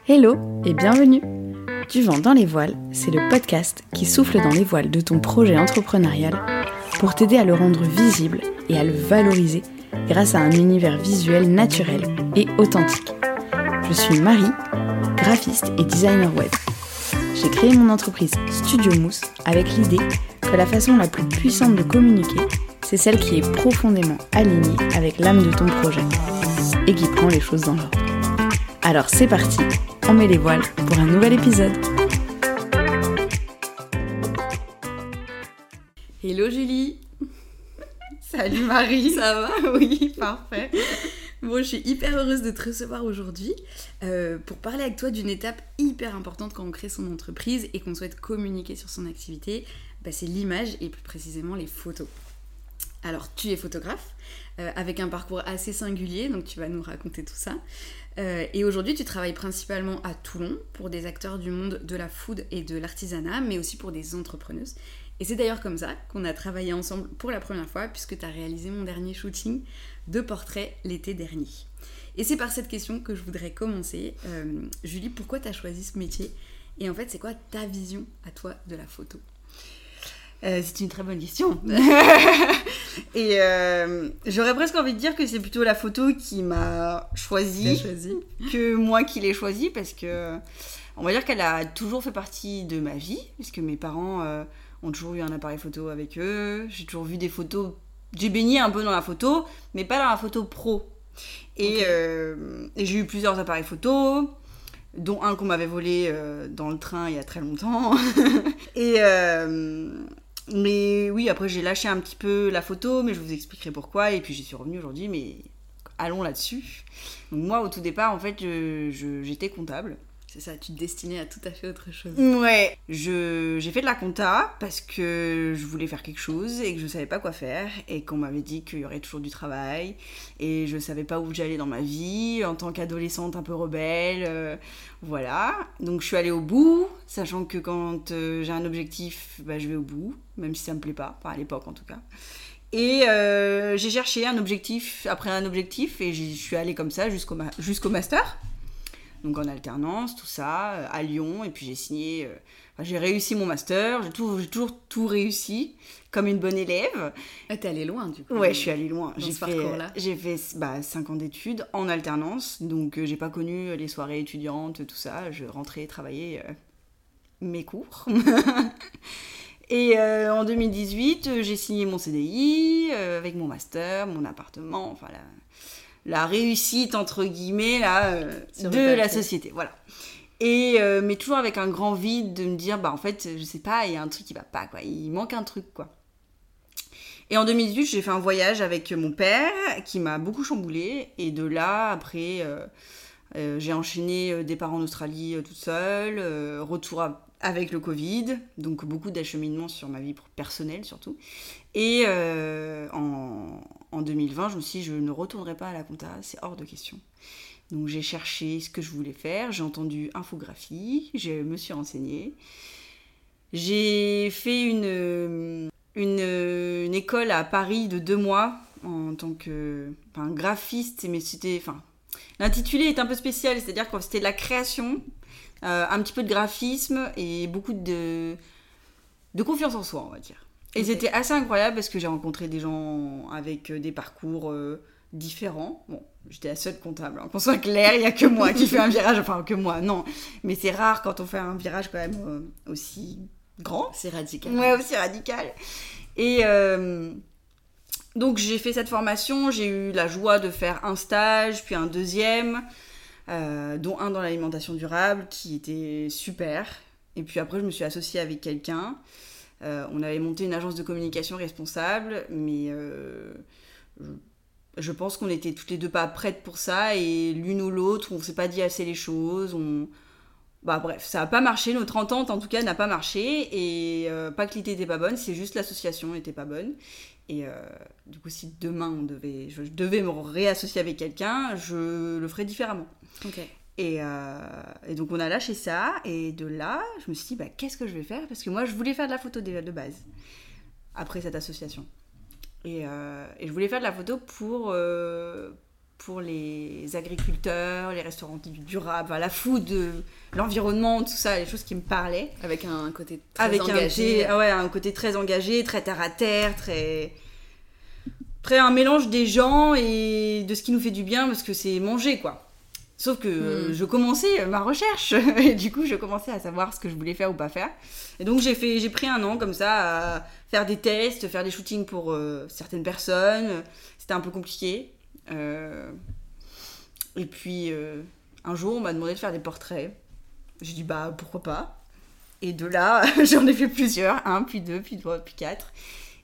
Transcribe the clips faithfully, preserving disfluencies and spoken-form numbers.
Hello et bienvenue. Du vent dans les voiles, c'est le podcast qui souffle dans les voiles de ton projet entrepreneurial pour t'aider à le rendre visible et à le valoriser grâce à un univers visuel naturel et authentique. Je suis Marie, graphiste et designer web. J'ai créé mon entreprise Studio Mousse avec l'idée que la façon la plus puissante de communiquer, c'est celle qui est profondément alignée avec l'âme de ton projet et qui prend les choses dans l'ordre. Alors c'est parti, on met les voiles pour un nouvel épisode. Hello Julie. Salut Marie. Ça va? Oui, parfait. Bon, je suis hyper heureuse de te recevoir aujourd'hui euh, pour parler avec toi d'une étape hyper importante quand on crée son entreprise et qu'on souhaite communiquer sur son activité. Bah, c'est l'image et plus précisément les photos. Alors, tu es photographe euh, avec un parcours assez singulier, donc tu vas nous raconter tout ça. Euh, et aujourd'hui, tu travailles principalement à Toulon pour des acteurs du monde de la food et de l'artisanat, mais aussi pour des entrepreneuses. Et c'est d'ailleurs comme ça qu'on a travaillé ensemble pour la première fois, puisque tu as réalisé mon dernier shooting de portrait l'été dernier. Et c'est par cette question que je voudrais commencer. Euh, Julie, pourquoi tu as choisi ce métier ? Et en fait, c'est quoi ta vision à toi de la photo ? Euh, c'est une très bonne question. Et euh, j'aurais presque envie de dire que c'est plutôt la photo qui m'a choisi, choisi que moi qui l'ai choisie, parce que on va dire qu'elle a toujours fait partie de ma vie, puisque mes parents euh, ont toujours eu un appareil photo avec eux. J'ai toujours vu des photos. J'ai baigné un peu dans la photo, mais pas dans la photo pro. Et, okay. euh, et j'ai eu plusieurs appareils photo, dont un qu'on m'avait volé euh, dans le train il y a très longtemps. et euh, mais oui, après j'ai lâché un petit peu la photo, mais je vous expliquerai pourquoi. Et puis j'y suis revenue aujourd'hui, mais allons là-dessus. Donc moi, au tout départ, en fait, je, je, j'étais comptable. C'est ça, tu te destinais à tout à fait autre chose. Ouais, je, j'ai fait de la compta parce que je voulais faire quelque chose et que je savais pas quoi faire et qu'on m'avait dit qu'il y aurait toujours du travail et je savais pas où j'allais dans ma vie en tant qu'adolescente un peu rebelle, euh, voilà. Donc je suis allée au bout, sachant que quand euh, j'ai un objectif, bah, je vais au bout, même si ça me plaît pas, enfin à l'époque en tout cas. Et euh, j'ai cherché un objectif après un objectif et je suis allée comme ça jusqu'au, ma- jusqu'au master. Donc en alternance, tout ça, euh, à Lyon, et puis j'ai signé, euh, enfin, j'ai réussi mon master, j'ai, tout, j'ai toujours tout réussi, comme une bonne élève. Ah, t'es allée loin du coup. Ouais, je suis allée loin. Dans j'ai ce fait, parcours-là. J'ai fait bah, cinq ans d'études en alternance, donc euh, j'ai pas connu les soirées étudiantes, tout ça, je rentrais travailler euh, mes cours. Et euh, en deux mille dix-huit, euh, j'ai signé mon C D I, euh, avec mon master, mon appartement, enfin la... la réussite entre guillemets là euh, de la société, voilà. Et euh, mais toujours avec un grand vide de me dire bah en fait je sais pas, il y a un truc qui va pas quoi, il manque un truc quoi. Et en deux mille dix-huit j'ai fait un voyage avec mon père qui m'a beaucoup chamboulée et de là après euh, euh, j'ai enchaîné euh, départ en Australie euh, toute seule, euh, retour à avec le Covid, donc beaucoup d'acheminement sur ma vie personnelle surtout. Et euh, en, en deux mille vingt, je me suis dit, je ne retournerai pas à la compta, c'est hors de question. Donc j'ai cherché ce que je voulais faire, j'ai entendu infographie, je me suis renseignée. J'ai fait une, une, une école à Paris de deux mois en tant que enfin, graphiste, mais c'était... Enfin, l'intitulé est un peu spécial, c'est-à-dire que c'était de la création, Euh, un petit peu de graphisme et beaucoup de, de confiance en soi, on va dire. Et okay. C'était assez incroyable parce que j'ai rencontré des gens avec des parcours euh, différents. Bon, j'étais la seule comptable, hein. Qu'on soit clair, il n'y a que moi qui fais un virage, enfin que moi, non. Mais c'est rare quand on fait un virage quand même euh, aussi grand. C'est radical. Ouais, aussi radical. Et euh, donc j'ai fait cette formation, j'ai eu la joie de faire un stage, puis un deuxième... Euh, dont un dans l'alimentation durable qui était super. Et puis après je me suis associée avec quelqu'un, euh, on avait monté une agence de communication responsable, mais euh, je, je pense qu'on était toutes les deux pas prêtes pour ça et l'une ou l'autre on s'est pas dit assez les choses, on... bah bref, ça a pas marché, notre entente en tout cas n'a pas marché et euh, pas que l'idée était pas bonne, c'est juste l'association était pas bonne. Et euh, du coup, si demain on devait, je devais me réassocier avec quelqu'un, je le ferais différemment. Okay. Et, euh, et donc on a lâché ça, et de là, je me suis dit, bah, qu'est-ce que je vais faire ? Parce que moi, je voulais faire de la photo déjà de base, après cette association. Et, euh, et je voulais faire de la photo pour, euh, pour les agriculteurs, les restaurants durables, enfin, la food, euh, l'environnement, tout ça, les choses qui me parlaient. Avec un côté très Avec engagé. un, ouais, un côté très engagé, très terre à terre, très... très un mélange des gens et de ce qui nous fait du bien, parce que c'est manger, quoi. Sauf que euh, Mm. je commençais ma recherche, et du coup, je commençais à savoir ce que je voulais faire ou pas faire. Et donc, j'ai, fait, j'ai pris un an comme ça à faire des tests, faire des shootings pour euh, certaines personnes. C'était un peu compliqué. Euh... Et puis, euh, un jour, on m'a demandé de faire des portraits. J'ai dit, bah, pourquoi pas. Et de là, j'en ai fait plusieurs, un, puis deux, puis trois, puis quatre.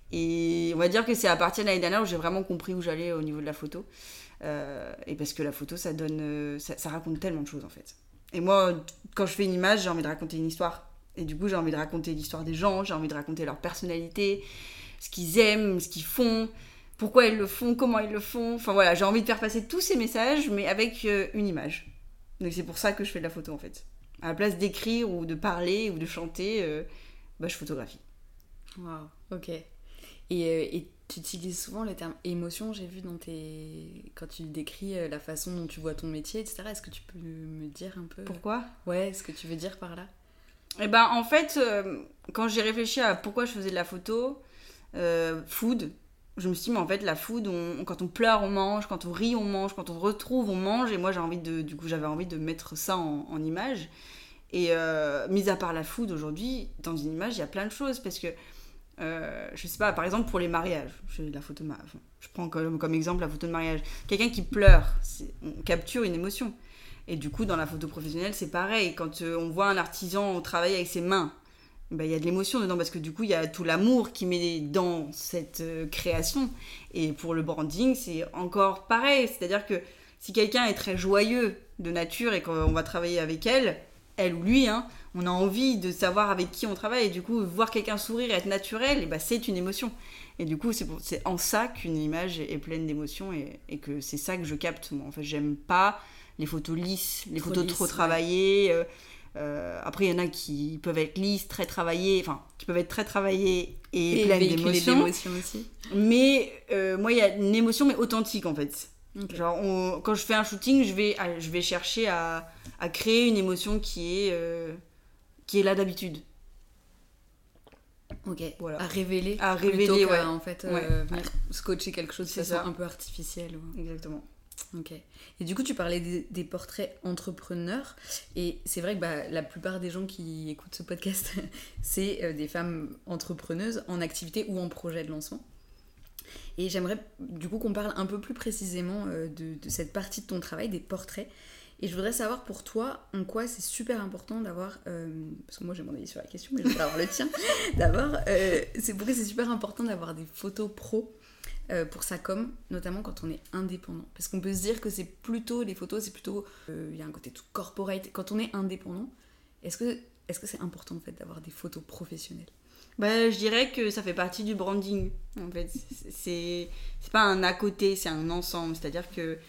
Et on va dire que c'est à partir de l'année dernière où j'ai vraiment compris où j'allais au niveau de la photo. Euh, et parce que la photo, ça donne, euh, ça, ça raconte tellement de choses en fait. Et moi, quand je fais une image, j'ai envie de raconter une histoire. Et du coup, j'ai envie de raconter l'histoire des gens, j'ai envie de raconter leur personnalité, ce qu'ils aiment, ce qu'ils font, pourquoi ils le font, comment ils le font. Enfin voilà, j'ai envie de faire passer tous ces messages, mais avec euh, une image. Donc c'est pour ça que je fais de la photo en fait. À la place d'écrire ou de parler ou de chanter, euh, bah, je photographie. Waouh, ok. Et, euh, et tu utilises souvent le terme émotion, j'ai vu dans tes... quand tu décris euh, la façon dont tu vois ton métier, et cetera. Est-ce que tu peux me dire un peu... Pourquoi ? Ouais, ce que tu veux dire par là ? Eh ben, en fait, euh, quand j'ai réfléchi à pourquoi je faisais de la photo, euh, food, je me suis dit, mais en fait, la food, on, quand on pleure, on mange, quand on rit, on mange, quand on se retrouve, on mange. Et moi, j'ai envie de, du coup, j'avais envie de mettre ça en, en image. Et euh, mis à part la food, aujourd'hui, dans une image, il y a plein de choses. Parce que, euh, je sais pas, par exemple, pour les mariages, je, la photo de ma- enfin, je prends comme, comme exemple la photo de mariage. Quelqu'un qui pleure, c'est- on capture une émotion. Et du coup, dans la photo professionnelle, c'est pareil. Quand euh, on voit un artisan travailler avec ses mains, ben, y a de l'émotion dedans parce que du coup, il y a tout l'amour qui met dans cette euh, création. Et pour le branding, c'est encore pareil. C'est-à-dire que si quelqu'un est très joyeux de nature et qu'on va travailler avec elle, elle ou lui, hein, on a envie de savoir avec qui on travaille. Et du coup, voir quelqu'un sourire et être naturel, et ben, c'est une émotion. Et du coup, c'est, pour, c'est en ça qu'une image est pleine d'émotions et, et que c'est ça que je capte. Moi, en fait, j'aime pas les photos lisses, les Trop photos lisses, trop ouais. travaillées. Euh, euh, après, il y en a qui peuvent être lisses, très travaillées, enfin, qui peuvent être très travaillées et, Et pleines véhiculer d'émotions. l'émotion aussi. Mais euh, moi, il y a une émotion, mais authentique, en fait. Ok. Genre, on- quand je fais un shooting, je vais, à- je vais chercher à, à créer une émotion qui est, euh, qui est là d'habitude. Ok, Voilà. à révéler. À révéler, plutôt ouais. qu'à, en fait, euh, Ouais. venir scotcher quelque chose de C'est façon ça. un peu artificielle. ou- Exactement. Ok. Et du coup, tu parlais des, des portraits entrepreneurs. Et c'est vrai que bah, la plupart des gens qui écoutent ce podcast, c'est euh, des femmes entrepreneuses en activité ou en projet de lancement. Et j'aimerais du coup qu'on parle un peu plus précisément euh, de, de cette partie de ton travail, des portraits. Et je voudrais savoir pour toi en quoi c'est super important d'avoir, euh, parce que moi j'ai mon avis sur la question, mais je voudrais avoir le tien, d'abord, euh, c'est pourquoi c'est super important d'avoir des photos pro euh, pour sa com, notamment quand on est indépendant. Parce qu'on peut se dire que c'est plutôt, les photos, c'est plutôt, il euh, y a un côté tout corporate. Quand on est indépendant, est-ce que, est-ce que c'est important en fait d'avoir des photos professionnelles ? Bah, je dirais que ça fait partie du branding. En fait, c'est, c'est, c'est pas un à côté, c'est un ensemble. C'est-à-dire que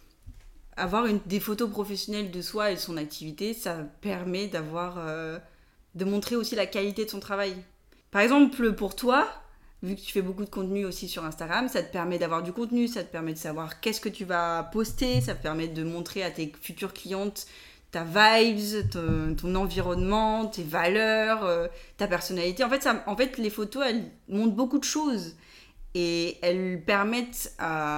avoir une, des photos professionnelles de soi et de son activité, ça permet d'avoir, euh, de montrer aussi la qualité de son travail. Par exemple, pour toi, vu que tu fais beaucoup de contenu aussi sur Instagram, ça te permet d'avoir du contenu, ça te permet de savoir qu'est-ce que tu vas poster, ça te permet de montrer à tes futures clientes ta vibes, ton, ton environnement, tes valeurs, euh, ta personnalité. En fait, ça, en fait, les photos, elles montrent beaucoup de choses et elles permettent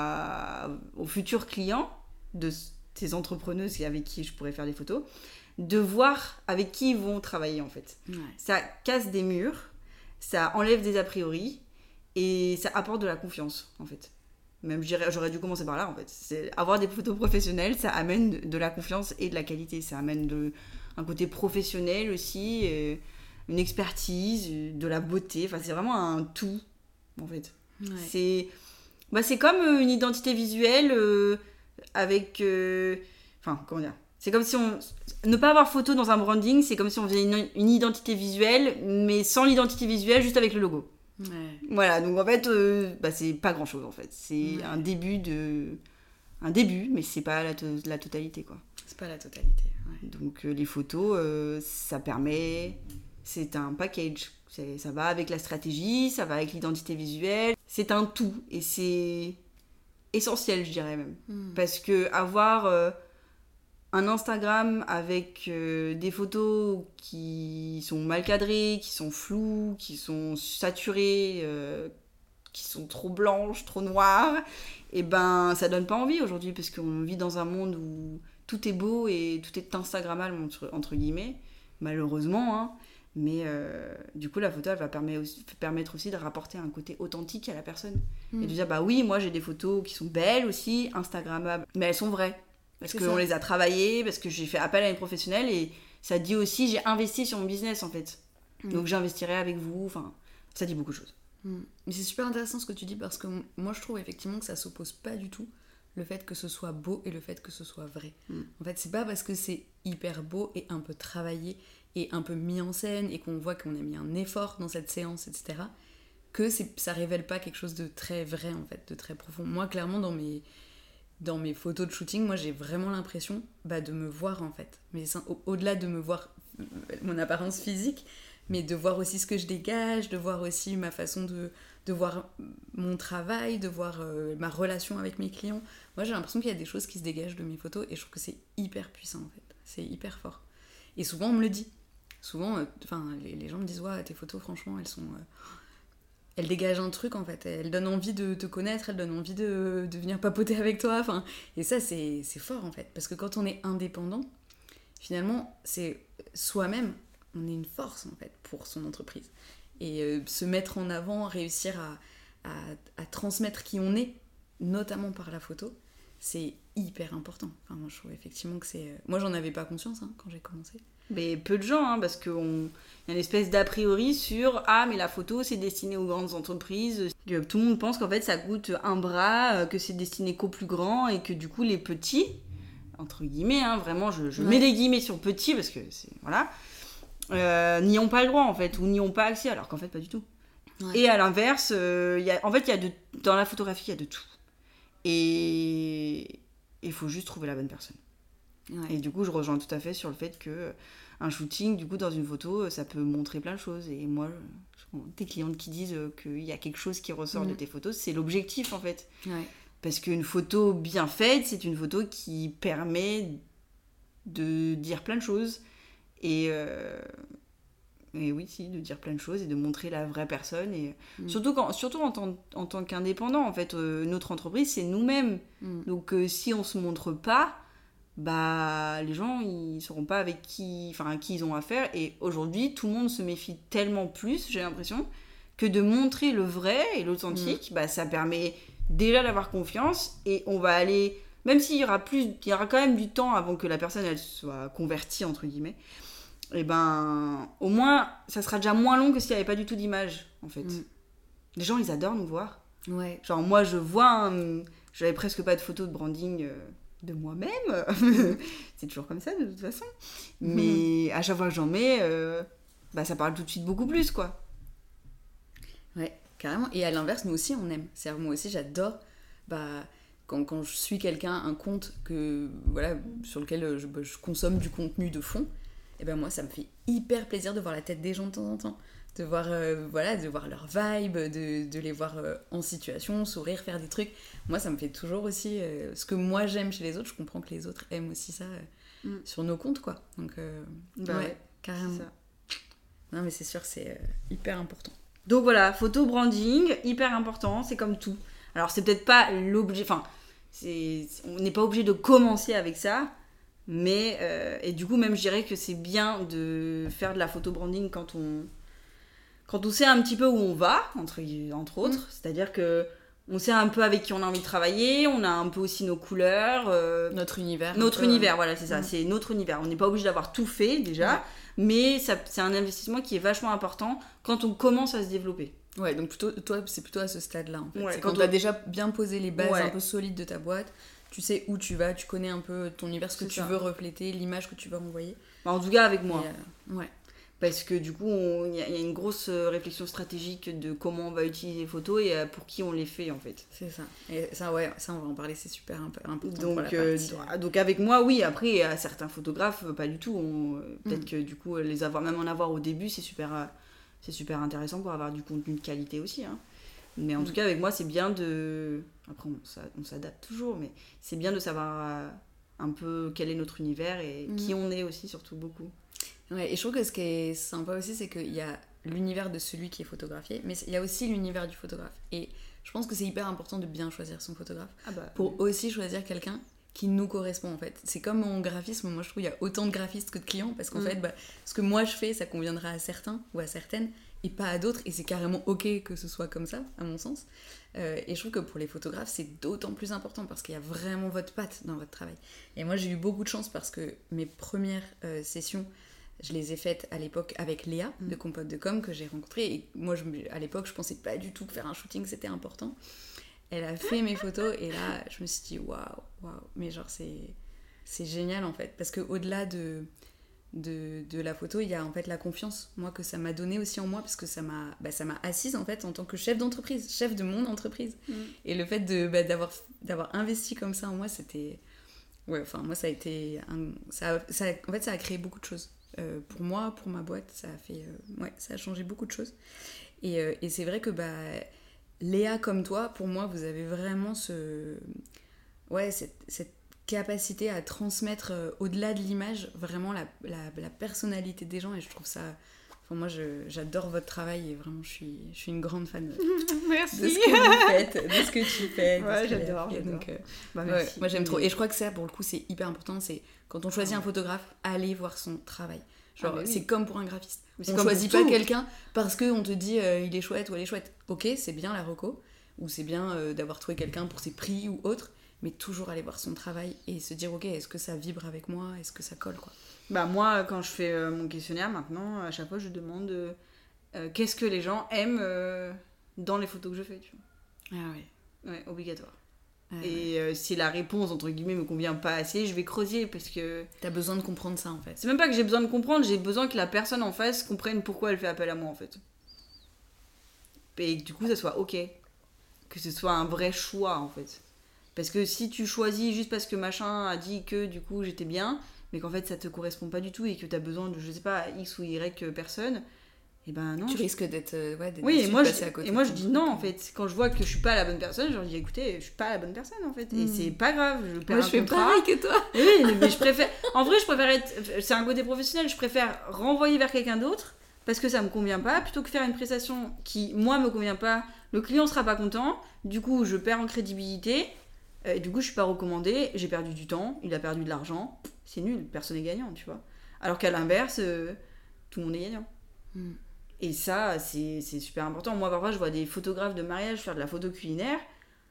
à, aux futurs clients de ces entrepreneuses avec qui je pourrais faire des photos, de voir avec qui ils vont travailler en fait. Ouais. Ça casse des murs, ça enlève des a priori et ça apporte de la confiance en fait. Même je dirais, j'aurais dû commencer par là en fait. C'est, avoir des photos professionnelles, ça amène de, de la confiance et de la qualité. Ça amène de, un côté professionnel aussi, euh, une expertise, de la beauté. Enfin, c'est vraiment un tout en fait. Ouais. C'est, bah, c'est comme euh, une identité visuelle euh, avec... euh, Enfin, comment dire ? C'est comme si on... Ne pas avoir photo dans un branding, c'est comme si on faisait une, une identité visuelle, mais sans l'identité visuelle, juste avec le logo. Ouais. Voilà, donc en fait, euh, bah, c'est pas grand-chose en fait. C'est Ouais. un début de... Un début, mais c'est pas la, to- la totalité, quoi. C'est pas la totalité. Ouais. Donc euh, les photos, euh, ça permet... C'est un package. C'est, ça va avec la stratégie, ça va avec l'identité visuelle. C'est un tout. Et c'est... essentiel, je dirais même. Mm. Parce que avoir euh, un Instagram avec euh, des photos qui sont mal cadrées, qui sont floues, qui sont saturées, euh, qui sont trop blanches, trop noires, et ben ça donne pas envie aujourd'hui, parce qu'on vit dans un monde où tout est beau et tout est instagrammable, entre, entre guillemets, malheureusement, hein. Mais euh, du coup, la photo, elle va permettre aussi, permettre aussi de rapporter un côté authentique à la personne. Mm. Et de dire, bah oui, moi j'ai des photos qui sont belles aussi, instagrammables, mais elles sont vraies. Parce qu'on les a travaillées, parce que j'ai fait appel à une professionnelle, et ça dit aussi, j'ai investi sur mon business en fait. Mm. Donc j'investirai avec vous, enfin, ça dit beaucoup de choses. Mm. Mais c'est super intéressant ce que tu dis, parce que moi je trouve effectivement que ça s'oppose pas du tout, le fait que ce soit beau et le fait que ce soit vrai. Mm. En fait, c'est pas parce que c'est hyper beau et un peu travaillé et un peu mis en scène et qu'on voit qu'on a mis un effort dans cette séance, et cetera, que c'est, ça révèle pas quelque chose de très vrai, en fait, de très profond. Moi, clairement, dans mes, dans mes photos de shooting, moi, j'ai vraiment l'impression bah, de me voir, en fait. Mais au, au-delà de me voir mon apparence physique, mais de voir aussi ce que je dégage, de voir aussi ma façon de, de voir mon travail, de voir euh, ma relation avec mes clients. Moi, j'ai l'impression qu'il y a des choses qui se dégagent de mes photos et je trouve que c'est hyper puissant, en fait. C'est hyper fort. Et souvent, on me le dit. Souvent, enfin, euh, les, les gens me disent ouais, tes photos, franchement, elles sont, euh, elles dégagent un truc en fait. Elles donnent envie de te connaître, elles donnent envie de, de venir papoter avec toi. Enfin, et ça, c'est, c'est fort en fait, parce que quand on est indépendant, finalement, c'est soi-même, on est une force en fait pour son entreprise. Et euh, se mettre en avant, réussir à, à, à transmettre qui on est, notamment par la photo, c'est hyper important. Enfin, moi, je trouve effectivement que c'est. Moi, j'en avais pas conscience hein, quand j'ai commencé. Mais peu de gens, hein, parce qu'il y a une espèce d'a priori sur ah, mais la photo c'est destiné aux grandes entreprises. Tout le monde pense qu'en fait ça coûte un bras, que c'est destiné qu'aux plus grands et que du coup les petits, entre guillemets, hein, vraiment je, je ouais. mets des guillemets sur petits parce que c'est. Voilà, euh, n'y ont pas le droit en fait, ou n'y ont pas accès, alors qu'en fait pas du tout. Ouais. Et à l'inverse, euh, y a, en fait, y a de, dans la photographie il y a de tout. Et il faut juste trouver la bonne personne. Ouais. Et du coup, je rejoins tout à fait sur le fait que un shooting, du coup, dans une photo, ça peut montrer plein de choses. Et moi, je, tes clientes qui disent qu'il y a quelque chose qui ressort mmh. de tes photos, c'est l'objectif, en fait. Ouais. Parce qu'une photo bien faite, c'est une photo qui permet de dire plein de choses. Et, euh, et oui, si, de dire plein de choses et de montrer la vraie personne. Et mmh. surtout, quand, surtout en, tant, en tant qu'indépendant, en fait, euh, notre entreprise, c'est nous-mêmes. Mmh. Donc, euh, si on ne se montre pas, bah les gens ils sauront pas avec qui enfin à qui ils ont affaire. Et aujourd'hui tout le monde se méfie tellement plus, j'ai l'impression, que de montrer le vrai et l'authentique, mmh. bah ça permet déjà d'avoir confiance. Et on va aller, même s'il y aura plus il y aura quand même du temps avant que la personne elle soit convertie entre guillemets, et ben au moins ça sera déjà moins long que s'il y avait pas du tout d'image en fait. mmh. Les gens ils adorent nous voir. Ouais. Genre moi je vois un... j'avais presque pas de photos de branding euh... de moi-même, c'est toujours comme ça de toute façon, mais mmh. à chaque fois que j'en mets, euh, bah, ça parle tout de suite beaucoup plus, quoi. Ouais, carrément. Et à l'inverse, nous aussi, on aime. C'est-à-dire, moi aussi, j'adore bah, quand, quand je suis quelqu'un, un compte que, voilà, sur lequel je, bah, je consomme du contenu de fond, et ben moi, ça me fait hyper plaisir de voir la tête des gens de temps en temps. De voir, euh, voilà, de voir leur vibe, de, de les voir euh, en situation, sourire, faire des trucs. Moi, ça me fait toujours aussi euh, ce que moi j'aime chez les autres. Je comprends que les autres aiment aussi ça euh, mm. sur nos comptes, quoi. Donc, euh, bah ouais, ouais, carrément. C'est ça. Non, mais c'est sûr, c'est euh, hyper important. Donc voilà, photo branding, hyper important, c'est comme tout. Alors, c'est peut-être pas l'objet... Enfin, c'est, on n'est pas obligé de commencer avec ça, mais... Euh, et du coup, même, je dirais que c'est bien de faire de la photo branding quand on... Quand on sait un petit peu où on va, entre, entre autres, mmh. c'est-à-dire que on sait un peu avec qui on a envie de travailler, on a un peu aussi nos couleurs. Euh, notre univers. Notre univers, voilà, c'est ça, mmh. c'est notre univers. On n'est pas obligé d'avoir tout fait, déjà, ouais. mais ça, c'est un investissement qui est vachement important quand on commence à se développer. Ouais, donc plutôt, toi, c'est plutôt à ce stade-là, en fait. Ouais, c'est quand, quand tu as déjà bien posé les bases ouais. un peu solides de ta boîte, tu sais où tu vas, tu connais un peu ton univers, ce que c'est tu ça. veux refléter, l'image que tu vas envoyer. Bah, en tout cas, avec moi. Et, euh, ouais. Parce que du coup, il y, y a une grosse réflexion stratégique de comment on va utiliser les photos et pour qui on les fait, en fait. C'est ça. Et ça, ouais, ça, on va en parler, c'est super important donc, pour la partie. Euh, donc avec moi, oui. Après, à certains photographes, pas du tout. On, peut-être mm. que du coup, les avoir, même en avoir au début, c'est super, c'est super intéressant pour avoir du contenu de qualité aussi. Hein. Mais en Mm. tout cas, avec moi, c'est bien de... Après, on, s'a- on s'adapte toujours, mais c'est bien de savoir euh, un peu quel est notre univers et Mm. qui on est aussi, surtout beaucoup. Ouais, et je trouve que ce qui est sympa aussi, c'est qu'il y a l'univers de celui qui est photographié, mais il y a aussi l'univers du photographe. Et je pense que c'est hyper important de bien choisir son photographe Ah bah, pour aussi choisir quelqu'un qui nous correspond en fait. C'est comme en graphisme, moi je trouve qu'il y a autant de graphistes que de clients parce qu'en Mm. fait, bah, ce que moi je fais, ça conviendra à certains ou à certaines et pas à d'autres, et c'est carrément ok que ce soit comme ça, à mon sens. Euh, et je trouve que pour les photographes, c'est d'autant plus important parce qu'il y a vraiment votre patte dans votre travail. Et moi j'ai eu beaucoup de chance parce que mes premières euh, sessions, je les ai faites à l'époque avec Léa Mm. de Compote de Com que j'ai rencontrée, et moi je, me- à l'époque je pensais pas du tout que faire un shooting c'était important. Elle a fait mes photos et là je me suis dit waouh, waouh, mais genre c'est, c'est génial en fait, parce qu'au-delà de, de, de la photo, il y a en fait la confiance, moi, que ça m'a donné aussi en moi, parce que ça m'a, bah, ça m'a assise en fait en tant que chef d'entreprise, chef de mon entreprise. Mm. Et le fait de, bah, d'avoir, d'avoir investi comme ça en moi, c'était... Ouais, enfin moi ça a été... Un... Ça, a- ça, a- en fait ça a créé beaucoup de choses. Euh, pour moi, pour ma boîte, ça a fait... euh, Ouais, ça a changé beaucoup de choses. Et, euh, et c'est vrai que bah, Léa comme toi, pour moi, vous avez vraiment ce... Ouais, cette, cette capacité à transmettre euh, au-delà de l'image vraiment la, la, la personnalité des gens, et je trouve ça... Enfin, moi, je, j'adore votre travail et vraiment, je suis, je suis une grande fan de, Merci. de ce que vous faites, de ce que tu fais. de Ouais, ce qu'elle a j'adore, fait. j'adore. Donc, euh, Bah, ouais, merci. moi, j'aime trop. Mais- Et je crois que ça, pour le coup, c'est hyper important. C'est quand on choisit Ah un ouais. photographe, allez voir son travail. Genre, Ah, mais oui. c'est comme pour un graphiste. Mais c'est On comme choisit pour pas tout. quelqu'un parce qu'on te dit euh, il est chouette ou elle est chouette. Ok, c'est bien la reco, ou c'est bien euh, d'avoir trouvé quelqu'un pour ses prix ou autre, mais toujours aller voir son travail et se dire ok, est-ce que ça vibre avec moi, est-ce que ça colle, quoi. Bah moi, quand je fais euh, mon questionnaire maintenant, à chaque fois, je demande euh, euh, qu'est-ce que les gens aiment euh, dans les photos que je fais, tu vois. Ah ouais. Ouais, obligatoire. Ah ouais. Et euh, si la réponse, entre guillemets, me convient pas assez, je vais creuser, parce que T'as besoin de comprendre ça en fait. c'est même pas que j'ai besoin de comprendre, j'ai besoin que la personne en face comprenne pourquoi elle fait appel à moi, en fait. Et que du coup, ça soit ok. Que ce soit un vrai choix, en fait. Parce que si tu choisis juste parce que machin a dit que du coup j'étais bien, mais qu'en fait ça te correspond pas du tout et que t'as besoin de, je sais pas, X ou Y personne, et ben non. Tu je- risques d'être, euh, ouais, d'être Oui, déçu et de moi, je, passer à côté et moi de je ton dis truc. non en fait. Quand je vois que je suis pas la bonne personne, je leur dis écoutez, je suis pas la bonne personne en fait. Et Mm. c'est pas grave, je perds Moi, un je fais contrat. pareil que toi. Oui, mais je préfère. En vrai, je préfère être. C'est un côté professionnel, je préfère renvoyer vers quelqu'un d'autre parce que ça me convient pas plutôt que faire une prestation qui, moi, me convient pas. Le client sera pas content, du coup, je perds en crédibilité, euh, et du coup, je suis pas recommandée, j'ai perdu du temps, il a perdu de l'argent, c'est nul, personne n'est gagnant, tu vois. Alors qu'à l'inverse, euh, tout le monde est gagnant. Mm. Et ça, c'est c'est super important. Moi, parfois, je vois des photographes de mariage faire de la photo culinaire.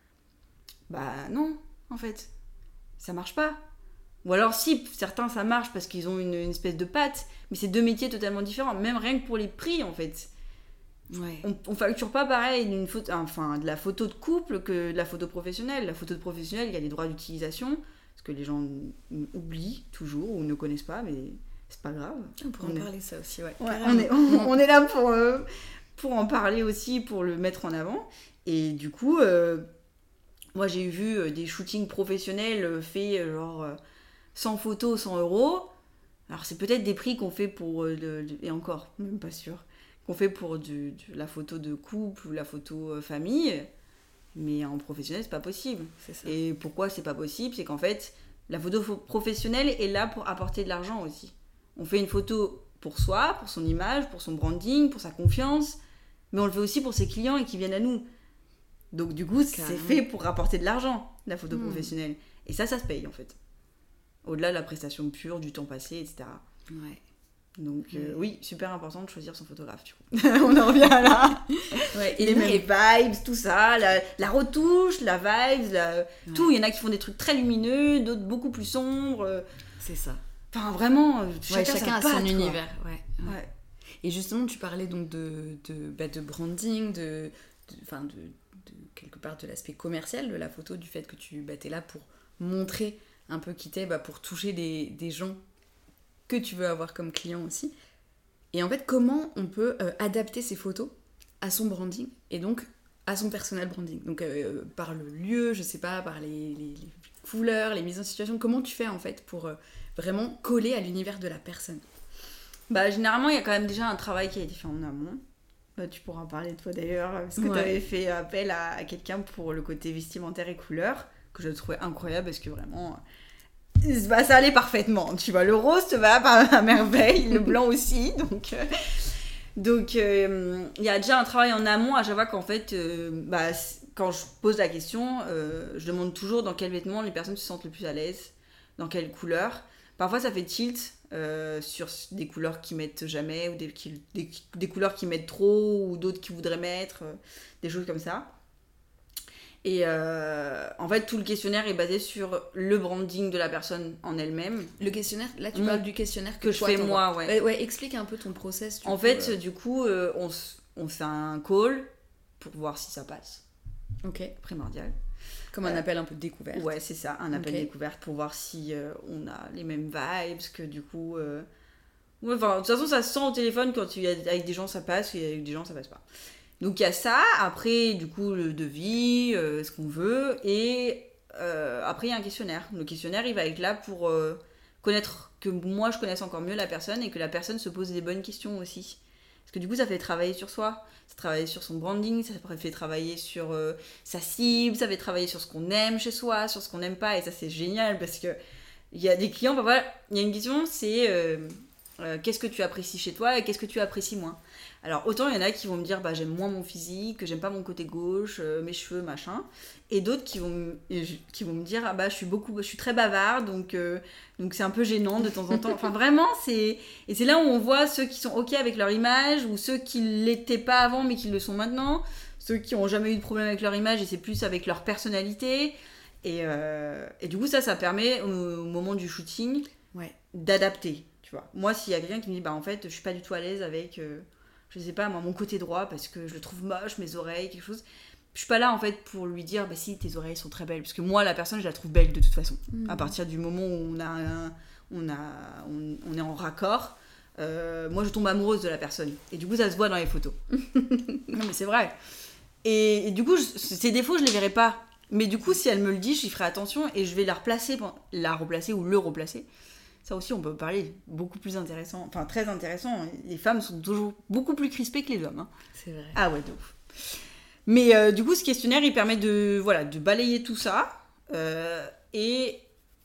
Bah non, en fait. Ça marche pas. Ou alors si, certains ça marche parce qu'ils ont une, une espèce de patte, mais c'est deux métiers totalement différents, même rien que pour les prix en fait. Ouais. On, on facture pas pareil d'une photo, enfin, de la photo de couple que de la photo professionnelle. La photo de professionnelle, il y a des droits d'utilisation, ce que les gens n- oublient toujours ou ne connaissent pas, mais c'est pas grave. On pourrait On en est- parler ça aussi, ouais. Ouais, Carrément. on, est, on, on est là pour, euh, pour en parler aussi, pour le mettre en avant. Et du coup, euh, moi j'ai vu euh, des shootings professionnels euh, faits euh, genre euh, cent photos, cent euros. Alors c'est peut-être des prix qu'on fait pour, euh, le- le- et encore, même pas sûr, qu'on fait pour du, du- la photo de couple ou la photo euh, famille. Mais en professionnel, c'est pas possible. C'est ça. Et pourquoi c'est pas possible? C'est qu'en fait, la photo fo- professionnelle est là pour apporter de l'argent aussi. On fait une photo pour soi, pour son image, pour son branding, pour sa confiance, mais on le fait aussi pour ses clients et qui viennent à nous. Donc du coup, c'est Carrément. fait pour rapporter de l'argent, la photo Mm. professionnelle. Et ça, ça se paye en fait. Au-delà de la prestation pure, du temps passé, et cetera. Ouais. Donc euh, Mm. oui, super important de choisir son photographe. Du coup. On en revient là. Ouais, Et les mêmes vibes, tout ça, la, la retouche, la vibes, la... Ouais. tout. Il y en a qui font des trucs très lumineux, d'autres beaucoup plus sombres. euh, C'est ça. Enfin, vraiment, Ouais, chacun, chacun, sa a patte, son quoi. univers. Ouais. ouais. Ouais. Et justement, tu parlais donc de, de, bah, de branding, de, de, enfin de, de quelque part de l'aspect commercial de la photo, du fait que tu bah, es là pour montrer un peu qui t'es, bah, pour toucher des, des gens que tu veux avoir comme client aussi. Et en fait, comment on peut euh, adapter ces photos à son branding et donc à son personal branding. Donc euh, par le lieu, je sais pas, par les, les, les couleurs, les mises en situation, comment tu fais en fait pour euh, vraiment coller à l'univers de la personne? Bah, généralement, il y a quand même déjà un travail qui a été fait en amont. Bah, tu pourras en parler toi d'ailleurs, parce que Ouais. tu avais fait appel à, à quelqu'un pour le côté vestimentaire et couleur, que je trouvais incroyable parce que vraiment, bah, ça allait parfaitement. Tu vois, le rose te va à merveille, le blanc aussi. Donc, euh, donc euh, il y a déjà un travail en amont à chaque fois qu'en fait, euh, bah, quand je pose la question, euh, je demande toujours dans quels vêtements les personnes se sentent le plus à l'aise, dans quelle couleur. Parfois, ça fait tilt. Euh, sur des couleurs qu'ils mettent jamais ou des, qui, des, des couleurs qu'ils mettent trop ou d'autres qu'ils voudraient mettre, euh, des choses comme ça. Et euh, en fait, tout le questionnaire est basé sur le branding de la personne en elle-même. Le questionnaire, là tu Mmh. parles du questionnaire que, Que je toi, fais t'envoies. moi, ouais. ouais. Ouais, explique un peu ton process. Du En coup, fait, euh. du coup, euh, on, s- on fait un call pour voir si ça passe. Ok. Primordial. Comme un Euh, appel un peu de découverte. Ouais, c'est ça, un appel Ok. découverte pour voir si euh, on a les mêmes vibes, que du coup... euh, Ouais, enfin, de toute façon, ça se sent au téléphone quand tu y a, avec des gens ça passe et avec des gens ça passe pas. Donc il y a ça, après du coup le devis, euh, ce qu'on veut, et euh, après il y a un questionnaire. Le questionnaire il va être là pour euh, connaître, que moi je connaisse encore mieux la personne et que la personne se pose des bonnes questions aussi. Parce que du coup ça fait travailler sur soi, ça fait travailler sur son branding, ça fait travailler sur euh, sa cible, ça fait travailler sur ce qu'on aime chez soi, sur ce qu'on n'aime pas, et ça c'est génial parce que il y a des clients, bah voilà, il y a une question, c'est... euh, Euh, qu'est-ce que tu apprécies chez toi et qu'est-ce que tu apprécies moins. Alors autant il y en a qui vont me dire bah, j'aime moins mon physique, que j'aime pas mon côté gauche, euh, mes cheveux, machin, et d'autres qui vont, me- qui vont me dire ah bah je suis beaucoup, je suis très bavarde donc euh, donc c'est un peu gênant de temps en temps. Enfin vraiment c'est et c'est là où on voit ceux qui sont ok avec leur image ou ceux qui l'étaient pas avant mais qui le sont maintenant, ceux qui ont jamais eu de problème avec leur image et c'est plus avec leur personnalité. Et, euh, et du coup ça ça permet au, au moment du shooting Ouais. d'adapter. Tu vois. Moi, s'il y a quelqu'un qui me dit, bah en fait, je suis pas du tout à l'aise avec, euh, je sais pas, moi, mon côté droit parce que je le trouve moche, mes oreilles, quelque chose. Je suis pas là en fait pour lui dire, bah si, tes oreilles sont très belles. Parce que moi, la personne, je la trouve belle de toute façon. Mmh. À partir du moment où on, a un- on, a, on, on est en raccord, euh, moi, je tombe amoureuse de la personne. Et du coup, ça se voit dans les photos. Non, mais c'est vrai. Et, et du coup, je, ces défauts, je les verrai pas. Mais du coup, si elle me le dit, j'y ferai attention et je vais la replacer, la replacer ou le replacer. Ça aussi, on peut parler beaucoup plus intéressant, enfin très intéressant. Les femmes sont toujours beaucoup plus crispées que les hommes. Hein. C'est vrai. Ah ouais, de ouf. Mais euh, du coup, ce questionnaire, il permet de, voilà, de balayer tout ça, euh, et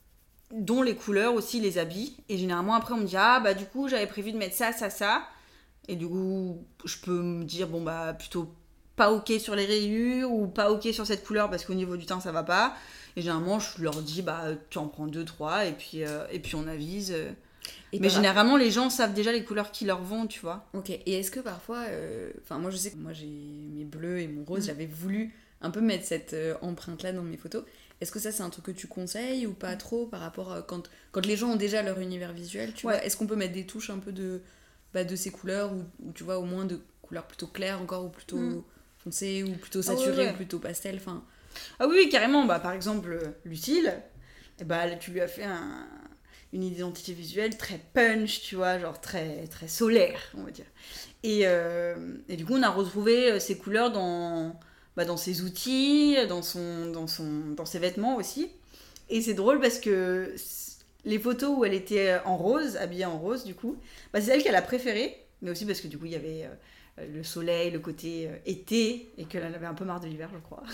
dont les couleurs aussi, les habits. Et généralement, après, on me dit, ah bah du coup, j'avais prévu de mettre ça, ça, ça. Et du coup, je peux me dire, bon bah plutôt pas ok sur les rayures ou pas ok sur cette couleur parce qu'au niveau du teint, ça va pas. Et généralement, je leur dis, bah, tu en prends deux, trois, et puis, euh, et puis on avise. euh. Et Mais par- généralement, les gens savent déjà les couleurs qui leur vont, tu vois. Ok, et est-ce que parfois, euh, enfin moi je sais que moi j'ai mes bleus et mon rose, Mm. j'avais voulu un peu mettre cette euh, empreinte-là dans mes photos. Est-ce que ça c'est un truc que tu conseilles ou pas trop par rapport à quand, quand les gens ont déjà leur univers visuel, tu Ouais. vois, est-ce qu'on peut mettre des touches un peu de, bah, de ces couleurs ou, ou tu vois au moins de couleurs plutôt claires encore ou plutôt Mm. foncées ou plutôt Ah ouais, saturées ouais. ou plutôt pastel, enfin... Ah oui, oui, carrément. Bah, par exemple, euh, Lucille, eh bah, tu lui as fait un- une identité visuelle très punch, tu vois, genre très, très solaire, on va dire. Et, euh, et du coup, on a retrouvé euh, ces couleurs dans, bah, dans ses outils, dans, son, dans, son, dans ses vêtements aussi. Et c'est drôle parce que c- les photos où elle était en rose, habillée en rose, du coup, bah, c'est elle qu'elle a préférée, mais aussi parce que du coup, il y avait... euh, le soleil, le côté euh, été, et qu'elle en avait un peu marre de l'hiver, je crois.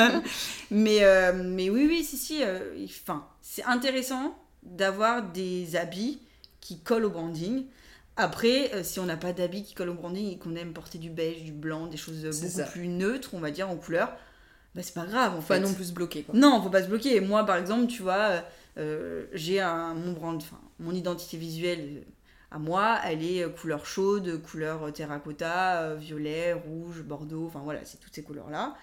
mais, euh, mais oui, oui, si, si. euh, Enfin, c'est intéressant d'avoir des habits qui collent au branding. Après, euh, si on n'a pas d'habits qui collent au branding et qu'on aime porter du beige, du blanc, des choses euh, C'est beaucoup ça. plus neutres, on va dire, en couleur, bah c'est pas grave, en Faut pas fait. non plus se bloquer, quoi. Non, faut pas se bloquer. Moi, par exemple, tu vois, euh, j'ai un, mon brand, enfin, mon identité visuelle à moi, elle est euh, couleur chaude, couleur euh, terracotta, euh, violet, rouge, bordeaux, enfin voilà, c'est toutes ces couleurs-là.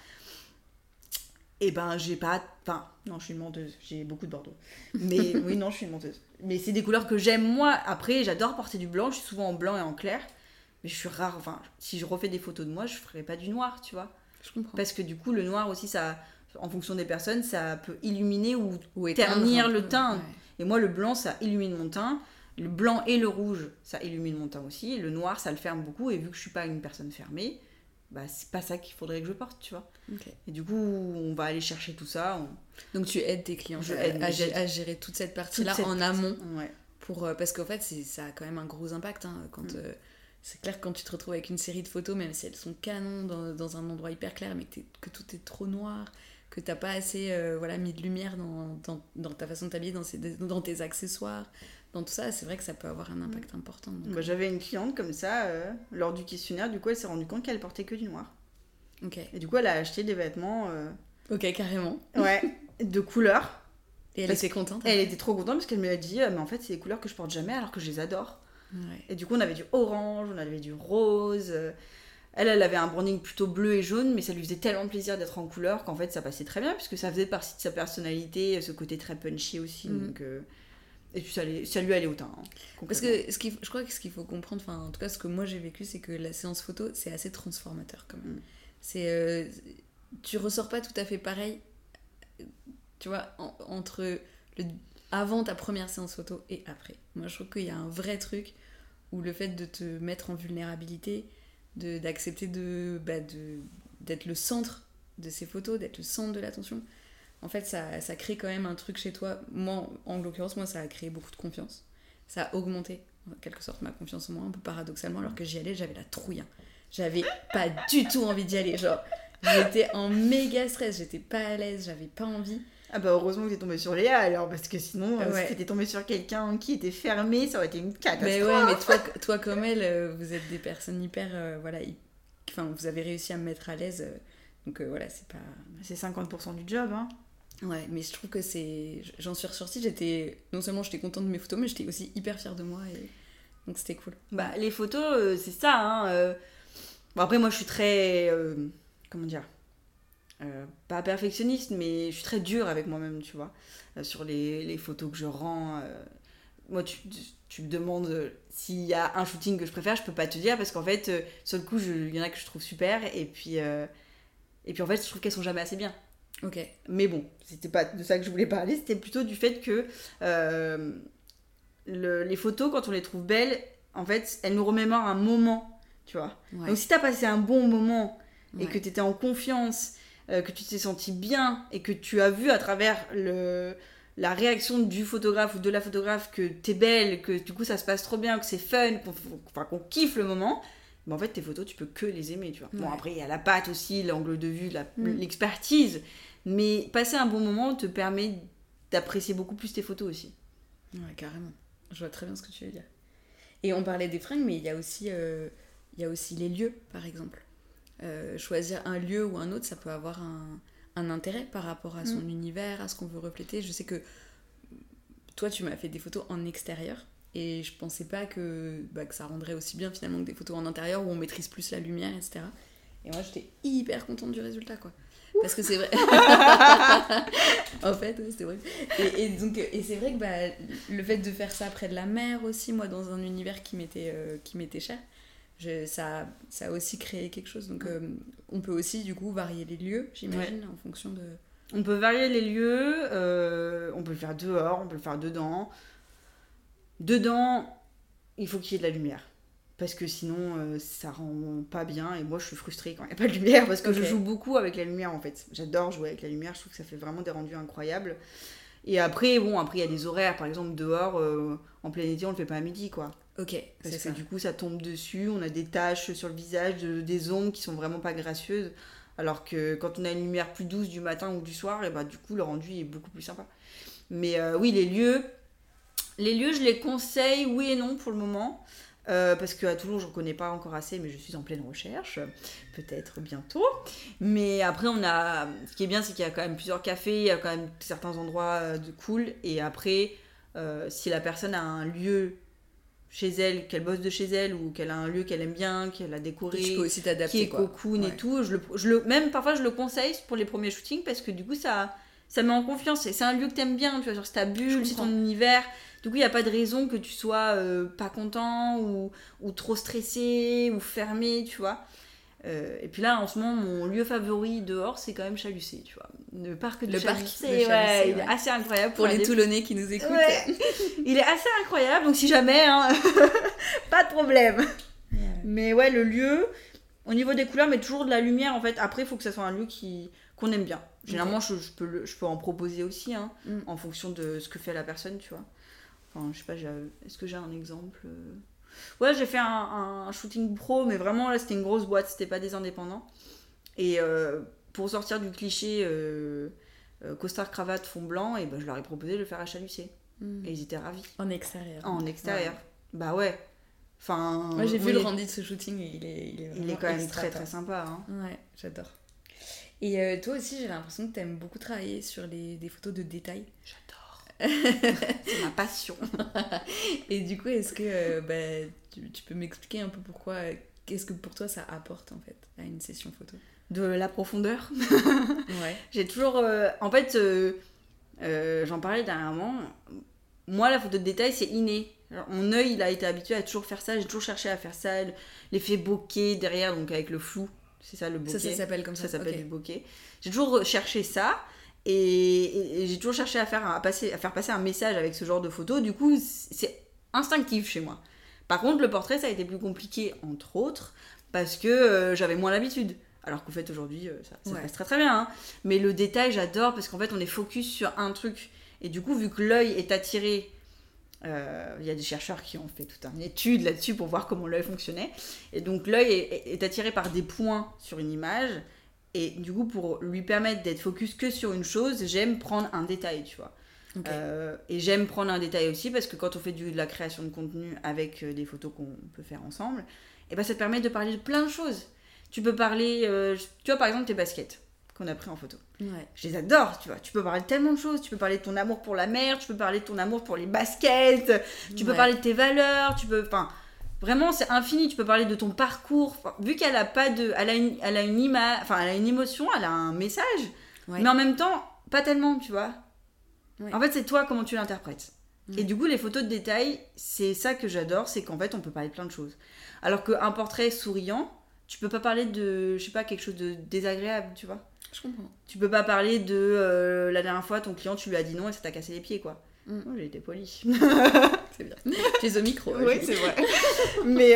Et ben, j'ai pas. Enfin, non, je suis une menteuse, j'ai beaucoup de bordeaux. Mais oui, non, je suis une menteuse. Mais c'est des couleurs que j'aime moi. Après, j'adore porter du blanc, je suis souvent en blanc et en clair. Mais je suis rare, enfin, si je refais des photos de moi, je ferai pas du noir, tu vois. Je comprends. Parce que du coup, le noir aussi, ça, en fonction des personnes, ça peut illuminer ou Ou éteindre ternir un le peu, teint. ouais. Et moi, le blanc, ça illumine mon teint. Le blanc et le rouge, ça illumine mon teint aussi. Le noir, ça le ferme beaucoup. Et vu que je suis pas une personne fermée, bah, c'est pas ça qu'il faudrait que je porte, tu vois. Ok. Et du coup, on va aller chercher tout ça. on- Donc tu aides tes clients Je à, aide, à, j'aide. gé- à gérer toute cette partie-là Toute cette en partie. amont. Ouais. Pour, euh, parce qu'en fait, c'est, ça a quand même un gros impact. Hein, quand Mm. euh, c'est clair que quand tu te retrouves avec une série de photos, même si elles sont canons dans, dans un endroit hyper clair, mais que, que tout est trop noir, que t'as pas assez euh, voilà, mis de lumière dans, dans, dans ta façon de t'habiller, dans, ces, dans tes accessoires, dans tout ça, c'est vrai que ça peut avoir un impact important. Donc... Bah, j'avais une cliente comme ça, euh, lors du questionnaire, du coup elle s'est rendue compte qu'elle portait que du noir. Ok. Et du coup elle a acheté des vêtements... Euh... Ok, carrément. Ouais, de couleurs. Et elle était contente. Elle était trop contente parce qu'elle me l'a dit, mais en fait c'est des couleurs que je porte jamais alors que je les adore. Ouais. Et du coup on avait du orange, on avait du rose. Elle, elle avait un branding plutôt bleu et jaune, mais ça lui faisait tellement plaisir d'être en couleur qu'en fait ça passait très bien puisque ça faisait partie de sa personnalité, ce côté très punchy aussi. Mm. Donc, euh... Et puis ça, allait, ça lui allait au teint. Hein, parce que ce qu'il, je crois que ce qu'il faut comprendre, enfin en tout cas ce que moi j'ai vécu, c'est que la séance photo c'est assez transformateur quand même. Mm. C'est, euh, tu ressors pas tout à fait pareil, tu vois, en, entre le, avant ta première séance photo et après. Moi je trouve qu'il y a un vrai truc où le fait de te mettre en vulnérabilité, de, d'accepter de, bah de, d'être le centre de ces photos, d'être le centre de l'attention, en fait ça, ça crée quand même un truc chez toi. Moi en l'occurrence, moi ça a créé beaucoup de confiance, ça a augmenté en quelque sorte ma confiance en moi, un peu paradoxalement, alors que j'y allais, j'avais la trouille, hein. J'avais pas du tout envie d'y aller, genre j'étais en méga stress, j'étais pas à l'aise, j'avais pas envie. Ah bah heureusement que t'es tombée sur Léa alors, parce que sinon, ouais. si t'étais tombée sur quelqu'un qui était fermé, ça aurait été une catastrophe. Mais ouais, mais toi, toi comme elle, euh, vous êtes des personnes hyper, euh, voilà, hy... enfin vous avez réussi à me mettre à l'aise, euh, donc euh, voilà, c'est pas... C'est cinquante pour cent du job, hein. Ouais, mais je trouve que c'est... J'en suis ressortie, j'étais... Non seulement j'étais contente de mes photos, mais j'étais aussi hyper fière de moi, et... donc c'était cool. Bah les photos, euh, c'est ça, hein. Euh... Bon après moi je suis très... Euh... Comment dire Euh, pas perfectionniste, mais je suis très dure avec moi-même, tu vois, euh, sur les, les photos que je rends. Euh, moi, tu, tu me demandes euh, s'il y a un shooting que je préfère, je peux pas te dire, parce qu'en fait, euh, sur le coup, il y en a que je trouve super, et puis, euh, et puis en fait, je trouve qu'elles sont jamais assez bien. Ok. Mais bon, c'était pas de ça que je voulais parler, c'était plutôt du fait que euh, le, les photos, quand on les trouve belles, en fait, elles nous remémorent un moment, tu vois. Ouais. Donc si t'as passé un bon moment, et ouais. que t'étais en confiance, que tu t'es senti bien et que tu as vu à travers le, la réaction du photographe ou de la photographe que t'es belle, que du coup ça se passe trop bien, que c'est fun, qu'on, enfin, qu'on kiffe le moment, mais en fait tes photos tu peux que les aimer, tu vois. Ouais. Bon après il y a la patte aussi, l'angle de vue, la, mm. l'expertise, mais passer un bon moment te permet d'apprécier beaucoup plus tes photos aussi. Ouais carrément, je vois très bien ce que tu veux dire. Et on parlait des fringues, mais il y a aussi, euh, il y a aussi les lieux par exemple. Euh, choisir un lieu ou un autre, ça peut avoir un, un intérêt par rapport à son mmh. univers, à ce qu'on veut refléter. Je sais que toi, tu m'as fait des photos en extérieur et je pensais pas que, bah, que ça rendrait aussi bien finalement que des photos en intérieur où on maîtrise plus la lumière, et cetera. Et moi, j'étais hyper contente du résultat, quoi. Ouf. Parce que c'est vrai. En fait, ouais, c'était vrai. Et, et, donc, et c'est vrai que bah, le fait de faire ça près de la mer aussi, moi, dans un univers qui m'était, euh, qui m'était cher, Je, ça, ça a aussi créé quelque chose. Donc, euh, on peut aussi, du coup, varier les lieux, j'imagine, ouais. en fonction de... On peut varier les lieux, euh, on peut le faire dehors, on peut le faire dedans. Dedans, il faut qu'il y ait de la lumière. Parce que sinon, euh, ça rend pas bien. Et moi, je suis frustrée quand il n'y a pas de lumière. Parce que okay. je joue beaucoup avec la lumière, en fait. J'adore jouer avec la lumière. Je trouve que ça fait vraiment des rendus incroyables. Et après, bon, après, il y a des horaires. Par exemple, dehors, euh, en plein été, on le fait pas à midi, quoi. Ok, parce c'est que ça. Du coup ça tombe dessus, on a des taches sur le visage, de, des ombres qui sont vraiment pas gracieuses, alors que quand on a une lumière plus douce du matin ou du soir, et bah du coup le rendu est beaucoup plus sympa. Mais euh, oui, les lieux les lieux je les conseille oui et non pour le moment, euh, parce qu'à Toulouse je ne connais pas encore assez, mais je suis en pleine recherche, peut-être bientôt. Mais après on a, ce qui est bien c'est qu'il y a quand même plusieurs cafés, il y a quand même certains endroits de cool, et après euh, si la personne a un lieu chez elle, qu'elle bosse de chez elle, ou qu'elle a un lieu qu'elle aime bien, qu'elle a décoré, tu peux aussi t'adapter, qui est quoi. cocoon Ouais. et tout, je le, je le, même parfois je le conseille pour les premiers shootings, parce que du coup ça, ça met en confiance, c'est un lieu que t'aimes bien, tu vois, genre c'est ta bulle, c'est ton univers, du coup il n'y a pas de raison que tu sois euh, pas content, ou, ou trop stressé, ou fermé, tu vois. Euh, et puis là en ce moment mon lieu favori dehors c'est quand même Chalucé, tu vois, le parc de le Chalucé, parc de Chalucé, ouais, il ouais. est assez incroyable pour, pour les aller... Toulonnais qui nous écoutent, ouais. Il est assez incroyable, donc si jamais hein, pas de problème, ouais. Mais ouais, le lieu au niveau des couleurs, mais toujours de la lumière en fait. Après il faut que ça soit un lieu qui, qu'on aime bien, généralement okay. je, je, peux le, je peux en proposer aussi hein, mm. en fonction de ce que fait la personne, tu vois. Enfin je sais pas, j'ai... est-ce que j'ai un exemple? Ouais, j'ai fait un, un shooting pro, mais vraiment là c'était une grosse boîte, c'était pas des indépendants. Et euh, pour sortir du cliché euh, euh, costard, cravate, fond blanc, et ben, je leur ai proposé de le faire à Chalucé. Mmh. Et ils étaient ravis. En extérieur. En extérieur. Ouais. Bah ouais. Enfin, moi j'ai vu le rendu de ce shooting et il est, il est vraiment il est quand même extra très très sympa. Hein. Ouais, j'adore. Et euh, toi aussi, j'ai l'impression que t'aimes beaucoup travailler sur les, des photos de détail. J'adore. C'est ma passion. Et du coup, est-ce que euh, bah, tu, tu peux m'expliquer un peu pourquoi, qu'est-ce que pour toi ça apporte en fait à une session photo ? De la profondeur. Ouais. J'ai toujours... Euh, en fait, euh, euh, j'en parlais dernièrement. Moi, la photo de détail, c'est inné. Alors, mon œil, il a été habitué à toujours faire ça. J'ai toujours cherché à faire ça. L'effet bokeh derrière, donc avec le flou. C'est ça le bokeh. Ça, ça s'appelle comme ça. Ça s'appelle okay. du bokeh. J'ai toujours cherché ça. Et, et, et j'ai toujours cherché à faire, à, passer, à faire passer un message avec ce genre de photo. Du coup, c'est instinctif chez moi. Par contre, le portrait, ça a été plus compliqué, entre autres, parce que euh, j'avais moins l'habitude. Alors qu'en fait, aujourd'hui, euh, ça, ça ouais. passe très très bien. Hein. Mais le détail, j'adore, parce qu'en fait, on est focus sur un truc. Et du coup, vu que l'œil est attiré... Il euh, y a des chercheurs qui ont fait toute une étude là-dessus pour voir comment l'œil fonctionnait. Et donc, l'œil est, est attiré par des points sur une image. Et du coup, pour lui permettre d'être focus que sur une chose, j'aime prendre un détail, tu vois. Okay. Euh, et j'aime prendre un détail aussi parce que quand on fait du, de la création de contenu avec des photos qu'on peut faire ensemble, et ben ça te permet de parler de plein de choses. Tu peux parler, euh, tu vois par exemple tes baskets qu'on a pris en photo. Ouais. Je les adore, tu vois. Tu peux parler de tellement de choses. Tu peux parler de ton amour pour la mer, tu peux parler de ton amour pour les baskets, tu peux ouais. parler de tes valeurs, tu peux... Enfin, vraiment, c'est infini. Tu peux parler de ton parcours. Enfin, vu qu'elle a pas de... Elle a une, elle a une image... Enfin, elle a une émotion, elle a un message. Ouais. Mais en même temps, pas tellement, tu vois. Ouais. En fait, c'est toi comment tu l'interprètes. Ouais. Et du coup, les photos de détail, c'est ça que j'adore. C'est qu'en fait, on peut parler de plein de choses. Alors qu'un portrait souriant, tu peux pas parler de... Je sais pas, quelque chose de désagréable, tu vois. Je comprends. Tu peux pas parler de... Euh, la dernière fois, ton client, tu lui as dit non et ça t'a cassé les pieds, quoi. Mm. Oh, j'ai été polie. C'est bien. Tu es au micro. Oui, c'est vrai. Mais,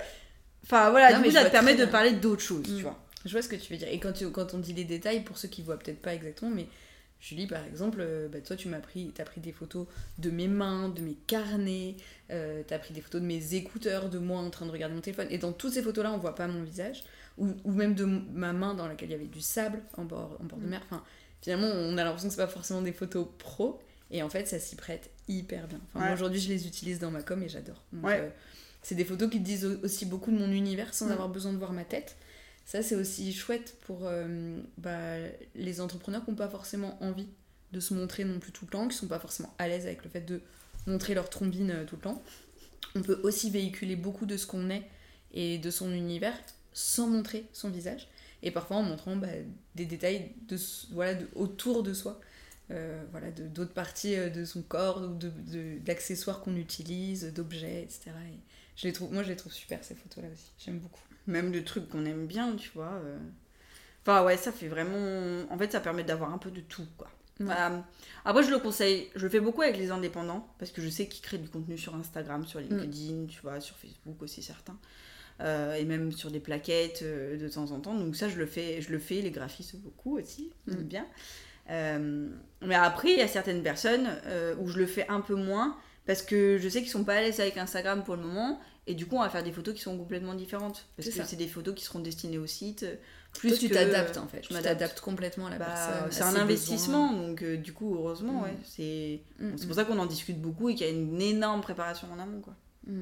enfin, euh, voilà, non, du coup, ça te permet de bien. parler d'autres choses, mm. tu vois. Je vois ce que tu veux dire. Et quand, tu, quand on dit les détails, pour ceux qui voient peut-être pas exactement, mais Julie, par exemple, euh, bah, toi, tu m'as pris, t'as pris des photos de mes mains, de mes carnets, euh, t'as pris des photos de mes écouteurs, de moi en train de regarder mon téléphone. Et dans toutes ces photos-là, on voit pas mon visage. Ou, ou même de ma main dans laquelle il y avait du sable en bord, en bord mm. de mer. Enfin, finalement, on a l'impression que c'est pas forcément des photos pro. Et en fait, ça s'y prête hyper bien. Enfin, ouais. Moi, aujourd'hui, je les utilise dans ma com et j'adore. Donc, ouais. euh, c'est des photos qui disent aussi beaucoup de mon univers sans mmh. avoir besoin de voir ma tête. Ça, c'est aussi chouette pour euh, bah, les entrepreneurs qui n'ont pas forcément envie de se montrer non plus tout le temps, qui ne sont pas forcément à l'aise avec le fait de montrer leur trombine euh, tout le temps. On peut aussi véhiculer beaucoup de ce qu'on est et de son univers sans montrer son visage. Et parfois en montrant bah, des détails de, voilà, de, autour de soi. Euh, voilà, de, d'autres parties de son corps, de, de, d'accessoires qu'on utilise, d'objets, et cetera. Et je les trouve, moi, je les trouve super, ces photos-là aussi. J'aime beaucoup. Même de trucs qu'on aime bien, tu vois. Euh... Enfin, ouais, ça fait vraiment... En fait, ça permet d'avoir un peu de tout, quoi. Ouais. Euh... Après, je le conseille. Je le fais beaucoup avec les indépendants, parce que je sais qu'ils créent du contenu sur Instagram, sur LinkedIn, mm. tu vois, sur Facebook aussi, certains. Euh, et même sur des plaquettes euh, de temps en temps. Donc ça, je le fais, je le fais les graphistes beaucoup aussi, mm. j'aime bien. Euh, mais après, il y a certaines personnes euh, où je le fais un peu moins parce que je sais qu'ils sont pas à l'aise avec Instagram pour le moment et du coup on va faire des photos qui sont complètement différentes parce c'est que ça. C'est des photos qui seront destinées au site plus toi tu que, t'adaptes en fait je tu m'adapte. t'adaptes complètement à la bah, personne c'est un investissement besoins. Donc euh, du coup heureusement mm. ouais, c'est, mm. bon, c'est pour ça qu'on en discute beaucoup et qu'il y a une énorme préparation en amont quoi. Mm.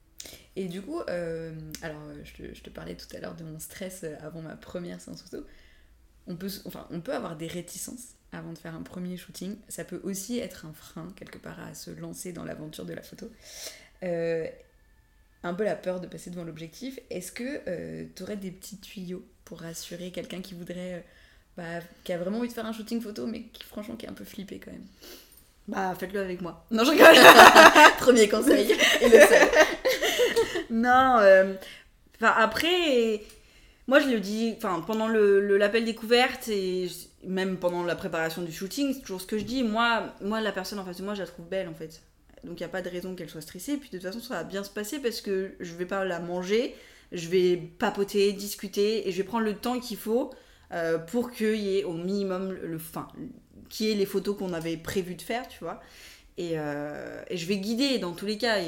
Et du coup euh, alors je te, je te parlais tout à l'heure de mon stress avant ma première séance photo. On peut, enfin, on peut avoir des réticences avant de faire un premier shooting. Ça peut aussi être un frein, quelque part, à se lancer dans l'aventure de la photo. Euh, un peu la peur de passer devant l'objectif. Est-ce que euh, tu aurais des petits tuyaux pour rassurer quelqu'un qui voudrait... Euh, bah, qui a vraiment envie de faire un shooting photo, mais qui, franchement, qui est un peu flippé quand même? Bah, faites-le avec moi. Non, je rigole. Premier conseil. Et le seul. Non, euh, après... Moi, je le dis, enfin, pendant le, le, l'appel découverte et même pendant la préparation du shooting, c'est toujours ce que je dis. Moi, moi la personne en face de moi, je la trouve belle, en fait. Donc, il n'y a pas de raison qu'elle soit stressée. Puis, de toute façon, ça va bien se passer parce que je ne vais pas la manger. Je vais papoter, discuter et je vais prendre le temps qu'il faut euh, pour qu'il y ait au minimum, le, enfin, qu'il y ait les photos qu'on avait prévu de faire, tu vois. Et, euh, et je vais guider dans tous les cas. Et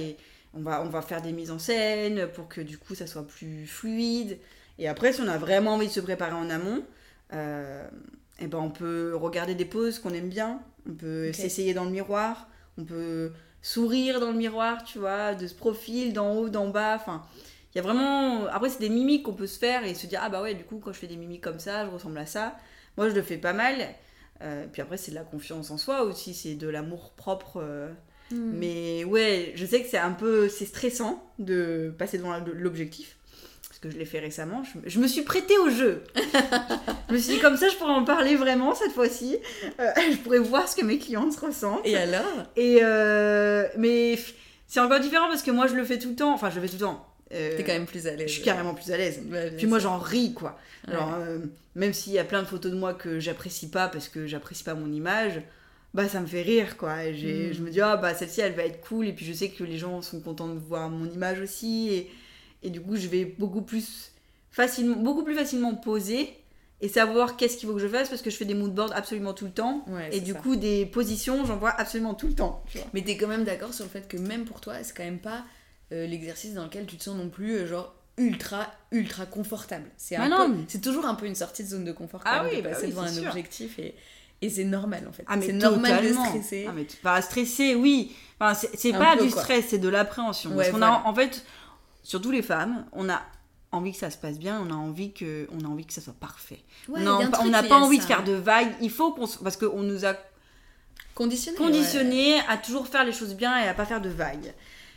on va, on va faire des mises en scène pour que du coup ça soit plus fluide. Et après, si on a vraiment envie de se préparer en amont, euh, et ben on peut regarder des poses qu'on aime bien, on peut okay. s'essayer dans le miroir, on peut sourire dans le miroir, tu vois, de ce profil, d'en haut, d'en bas, enfin... Il y a vraiment... Après, c'est des mimiques qu'on peut se faire et se dire « Ah bah ouais, du coup, quand je fais des mimiques comme ça, je ressemble à ça. » Moi, je le fais pas mal. Euh, puis après, c'est de la confiance en soi aussi, c'est de l'amour propre. Euh... Mmh. Mais ouais, je sais que c'est un peu... C'est stressant de passer devant l'objectif. Parce que je l'ai fait récemment. Je, je me suis prêtée au jeu. Je me suis dit, comme ça, je pourrais en parler vraiment cette fois-ci. Euh, je pourrais voir ce que mes clientes ressentent. Et alors ? Et euh... Mais c'est encore différent parce que moi, je le fais tout le temps. Enfin, je le fais tout le temps. Euh, T'es quand même plus à l'aise. Je suis carrément plus à l'aise. Ouais, puis moi, j'en ris, quoi. Ouais. Alors, euh, même s'il y a plein de photos de moi que j'apprécie pas parce que j'apprécie pas mon image, bah ça me fait rire, quoi. Et j'ai, mm. Je me dis, ah bah celle-ci, elle va être cool. Et puis je sais que les gens sont contents de voir mon image aussi. Et, et du coup, je vais beaucoup plus facilement, beaucoup plus facilement poser et savoir qu'est-ce qu'il faut que je fasse parce que je fais des moodboards absolument tout le temps. Ouais, et du ça. coup, des positions, j'en vois absolument tout le temps. Tu vois. Mais t'es quand même d'accord sur le fait que même pour toi, c'est quand même pas euh, l'exercice dans lequel tu te sens non plus euh, genre ultra ultra confortable. C'est un ah peu, non. c'est toujours un peu une sortie de zone de confort quand ah même oui, de passer bah oui, devant un sûr. objectif et et c'est normal en fait. Ah, mais c'est totalement. normal de stresser. Ah mais tu pas stresser, oui. Enfin, c'est c'est un pas peu, du quoi. stress, c'est de l'appréhension. Ouais, Parce qu'on voilà. a en fait, surtout les femmes, on a envie que ça se passe bien, on a envie que, on a envie que ça soit parfait. Ouais, on n'a pas, pas envie ça, de faire ouais. de vagues. Il faut qu'on, parce qu'on nous a conditionné, conditionné ouais. à toujours faire les choses bien et à pas faire de vagues.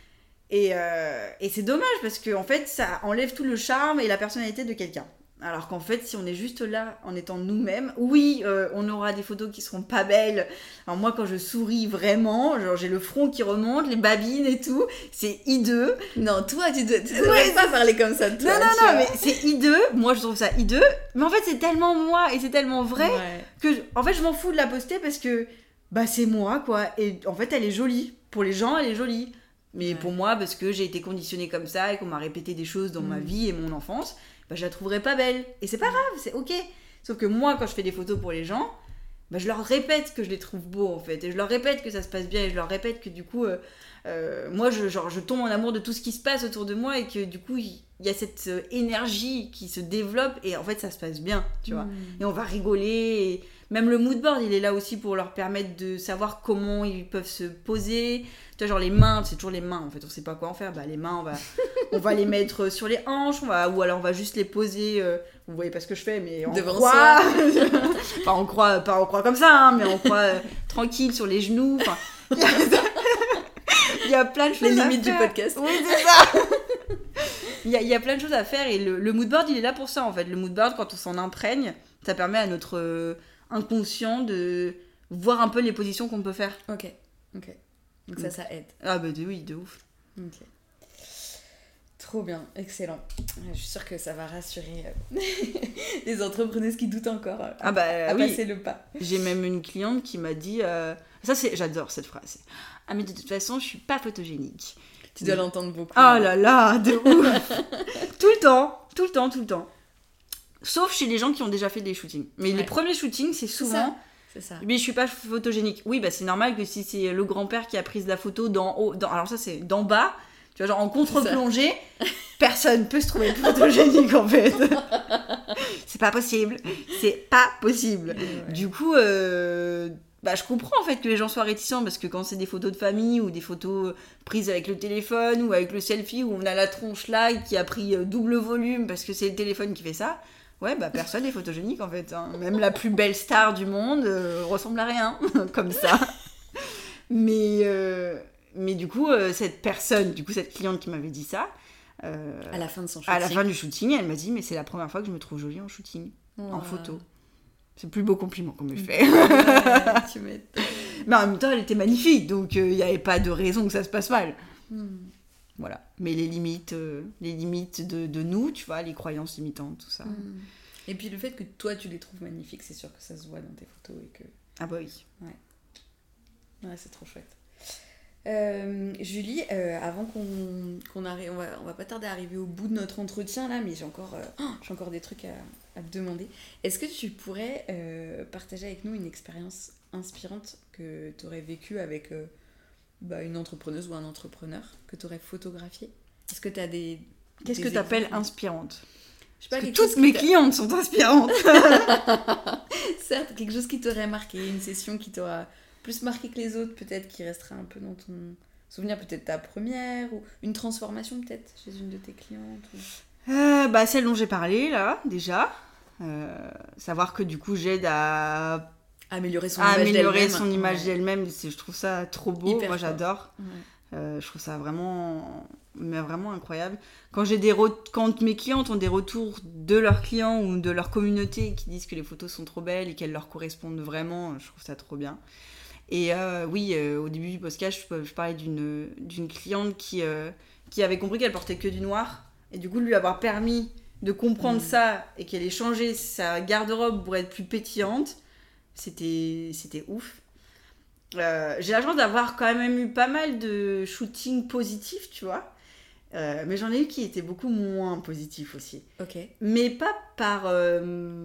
Et, euh, et c'est dommage parce que en fait, ça enlève tout le charme et la personnalité de quelqu'un. Alors qu'en fait, si on est juste là en étant nous-mêmes, oui, euh, on aura des photos qui seront pas belles. Alors moi, quand je souris vraiment, genre j'ai le front qui remonte, les babines et tout, c'est hideux. Non, toi, tu ne devrais ouais, pas parler comme ça de toi. Non, non, non, vois. Mais c'est hideux. Moi, je trouve ça hideux. Mais en fait, c'est tellement moi et c'est tellement vrai ouais. que, en fait, je m'en fous de la poster parce que, bah, c'est moi, quoi. Et en fait, elle est jolie. Pour les gens, elle est jolie. Mais ouais. pour moi, parce que j'ai été conditionnée comme ça et qu'on m'a répété des choses dans mmh. ma vie et mon enfance, bah, je la trouverais pas belle. Et c'est pas grave, c'est ok. Sauf que moi, quand je fais des photos pour les gens, bah, je leur répète que je les trouve beaux, en fait. Et je leur répète que ça se passe bien. Et je leur répète que, du coup, euh, euh, moi, je, genre, je tombe en amour de tout ce qui se passe autour de moi. Et que, du coup, il y a cette euh, énergie qui se développe. Et en fait, ça se passe bien, tu vois. Mmh. Et on va rigoler. Et même le moodboard, il est là aussi pour leur permettre de savoir comment ils peuvent se poser. Tu vois, genre les mains, c'est toujours les mains, en fait. On sait pas quoi en faire. Bah, les mains, on va, on va les mettre sur les hanches. On va, ou alors, on va juste les poser... Euh, vous voyez pas ce que je fais, mais on devant croit. Enfin, on croit, pas on croit comme ça, hein, mais on croit euh, tranquille sur les genoux. Enfin, il y a, il y a plein de choses les à limites faire. du podcast. Oui, c'est ça. il, y a, il y a plein de choses à faire et le, le moodboard, il est là pour ça, en fait. Le moodboard, quand on s'en imprègne, ça permet à notre euh, inconscient de voir un peu les positions qu'on peut faire. Ok, ok. Donc ça, ça aide. Ah bah de, oui, de ouf. Ok. Trop bien, excellent. Je suis sûre que ça va rassurer euh, les entrepreneuses qui doutent encore à, ah bah, à oui. passer le pas. J'ai même une cliente qui m'a dit... Euh... Ça, c'est... J'adore cette phrase. Ah mais de toute façon, je suis pas photogénique. Tu dois l'entendre beaucoup. Oh hein. là là, de ouf. Tout le temps, tout le temps, tout le temps. Sauf chez les gens qui ont déjà fait des shootings. Mais ouais. les premiers shootings, c'est souvent... C'est ça. Mais je suis pas photogénique. Oui, bah c'est normal que si c'est le grand-père qui a pris la photo d'en haut... Dans... Alors ça, c'est d'en bas... Tu vois, genre en contre-plongée, personne peut se trouver photogénique en fait. C'est pas possible. C'est pas possible. Ouais. Du coup, euh, bah, je comprends en fait que les gens soient réticents parce que quand c'est des photos de famille ou des photos prises avec le téléphone ou avec le selfie où on a la tronche là et qui a pris double volume parce que c'est le téléphone qui fait ça, ouais, bah personne n'est photogénique en fait. Hein. Même la plus belle star du monde euh, ressemble à rien comme ça. Mais. Euh... Mais du coup, euh, cette personne, du coup, cette cliente qui m'avait dit ça... Euh, à la fin de son shooting. À la fin du shooting, elle m'a dit, mais c'est la première fois que je me trouve jolie en shooting, wow. en photo. C'est le plus beau compliment qu'on me fait. Ouais, tu m'étonnes. Mais en même temps, elle était magnifique, donc il euh, n'y avait pas de raison que ça se passe mal. Mm. Voilà. Mais les limites, euh, les limites de, de nous, tu vois, les croyances limitantes, tout ça. Mm. Et puis le fait que toi, tu les trouves magnifiques, c'est sûr que ça se voit dans tes photos et que... Ah bah oui. Ouais. Ouais, c'est trop chouette. Euh, Julie, euh, avant qu'on, qu'on arrive, on va, on va pas tarder à arriver au bout de notre entretien là, mais j'ai encore, euh, oh, j'ai encore des trucs à, à te demander. Est-ce que tu pourrais euh, partager avec nous une expérience inspirante que tu aurais vécue avec euh, bah, une entrepreneuse ou un entrepreneur que tu aurais photographié? Est-ce que tu as des... Qu'est-ce des que tu appelles exemples? inspirante? Je sais pas, Parce que quelque chose toutes qui mes t'a- clientes sont inspirantes. Certes, quelque chose qui t'aurait marqué, une session qui t'aura plus marqué que les autres, peut-être, qui restera un peu dans ton souvenir, peut-être ta première, ou une transformation peut-être chez une de tes clientes. Ou... Euh, bah, celle dont j'ai parlé, là, déjà. Euh, savoir que du coup, j'aide à, Améliorer son à image améliorer d'elle-même. son image Ouais. d'elle-même. C'est- Je trouve ça trop beau. Hyper Moi, fort. j'adore. Ouais. Euh, je trouve ça vraiment, mais vraiment incroyable. Quand, j'ai des re- Quand mes clientes ont des retours de leurs clients ou de leur communauté qui disent que les photos sont trop belles et qu'elles leur correspondent vraiment, je trouve ça trop bien. Et euh, oui, euh, au début du podcast, je, je parlais d'une, d'une cliente qui, euh, qui avait compris qu'elle portait que du noir. Et du coup, lui avoir permis de comprendre Mm. ça et qu'elle ait changé sa garde-robe pour être plus pétillante, c'était, c'était ouf. Euh, j'ai la chance d'avoir quand même eu pas mal de shootings positifs, tu vois. Euh, mais j'en ai eu qui étaient beaucoup moins positifs aussi. Ok. Mais pas par euh,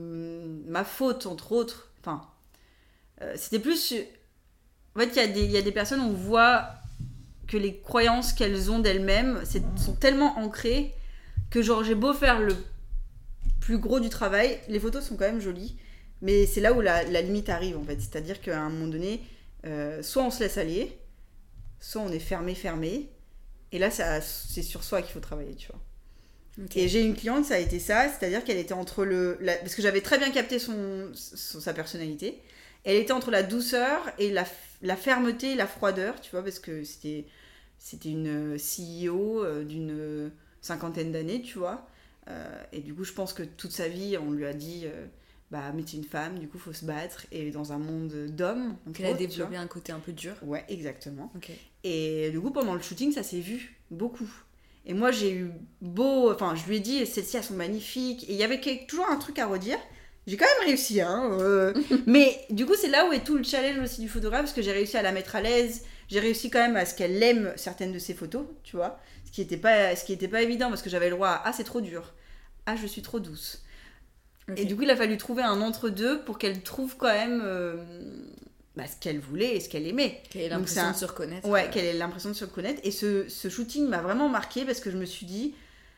ma faute, entre autres. Enfin, euh, c'était plus... En fait, il y, a des- il y a des personnes où on voit que les croyances qu'elles ont d'elles-mêmes c'est- sont tellement ancrées que genre j'ai beau faire le plus gros du travail, les photos sont quand même jolies. Mais c'est là où la, la limite arrive, en fait. C'est-à-dire qu'à un moment donné... Euh, soit on se laisse aller, soit on est fermé, fermé. Et là, ça, c'est sur soi qu'il faut travailler, tu vois. Ok. Et j'ai une cliente, ça a été ça, c'est-à-dire qu'elle était entre le... la- parce que j'avais très bien capté son, son- sa personnalité. Elle était entre la douceur et la, la fermeté et la froideur, tu vois, parce que c'était, c'était une C E O euh, d'une cinquantaine d'années, tu vois. Euh, et du coup, je pense que toute sa vie, on lui a dit... euh, bah, mais t'es une femme, du coup, faut se battre. Et dans un monde d'hommes, Donc elle a développé un côté un peu dur. Ouais, exactement. Ok. Et du coup, pendant le shooting, ça s'est vu beaucoup. Et moi, j'ai eu beau... Enfin, je lui ai dit, celles-ci, elles sont magnifiques. Et il y avait quelque- toujours un truc à redire. J'ai quand même réussi, hein. euh. Mais du coup, c'est là où est tout le challenge aussi du photographe, parce que j'ai réussi à la mettre à l'aise. J'ai réussi quand même à ce qu'elle aime certaines de ses photos, tu vois. Ce qui n'était pas, ce qui était pas évident, parce que j'avais le droit à « Ah, c'est trop dur. Ah, je suis trop douce. » Ok. Et du coup, il a fallu trouver un entre-deux pour qu'elle trouve quand même euh, bah, ce qu'elle voulait et ce qu'elle aimait. Qu'elle ait Donc, l'impression c'est un- de se reconnaître. Ouais, euh, qu'elle ait l'impression de se reconnaître. Et ce, ce shooting m'a vraiment marqué parce que je me suis dit,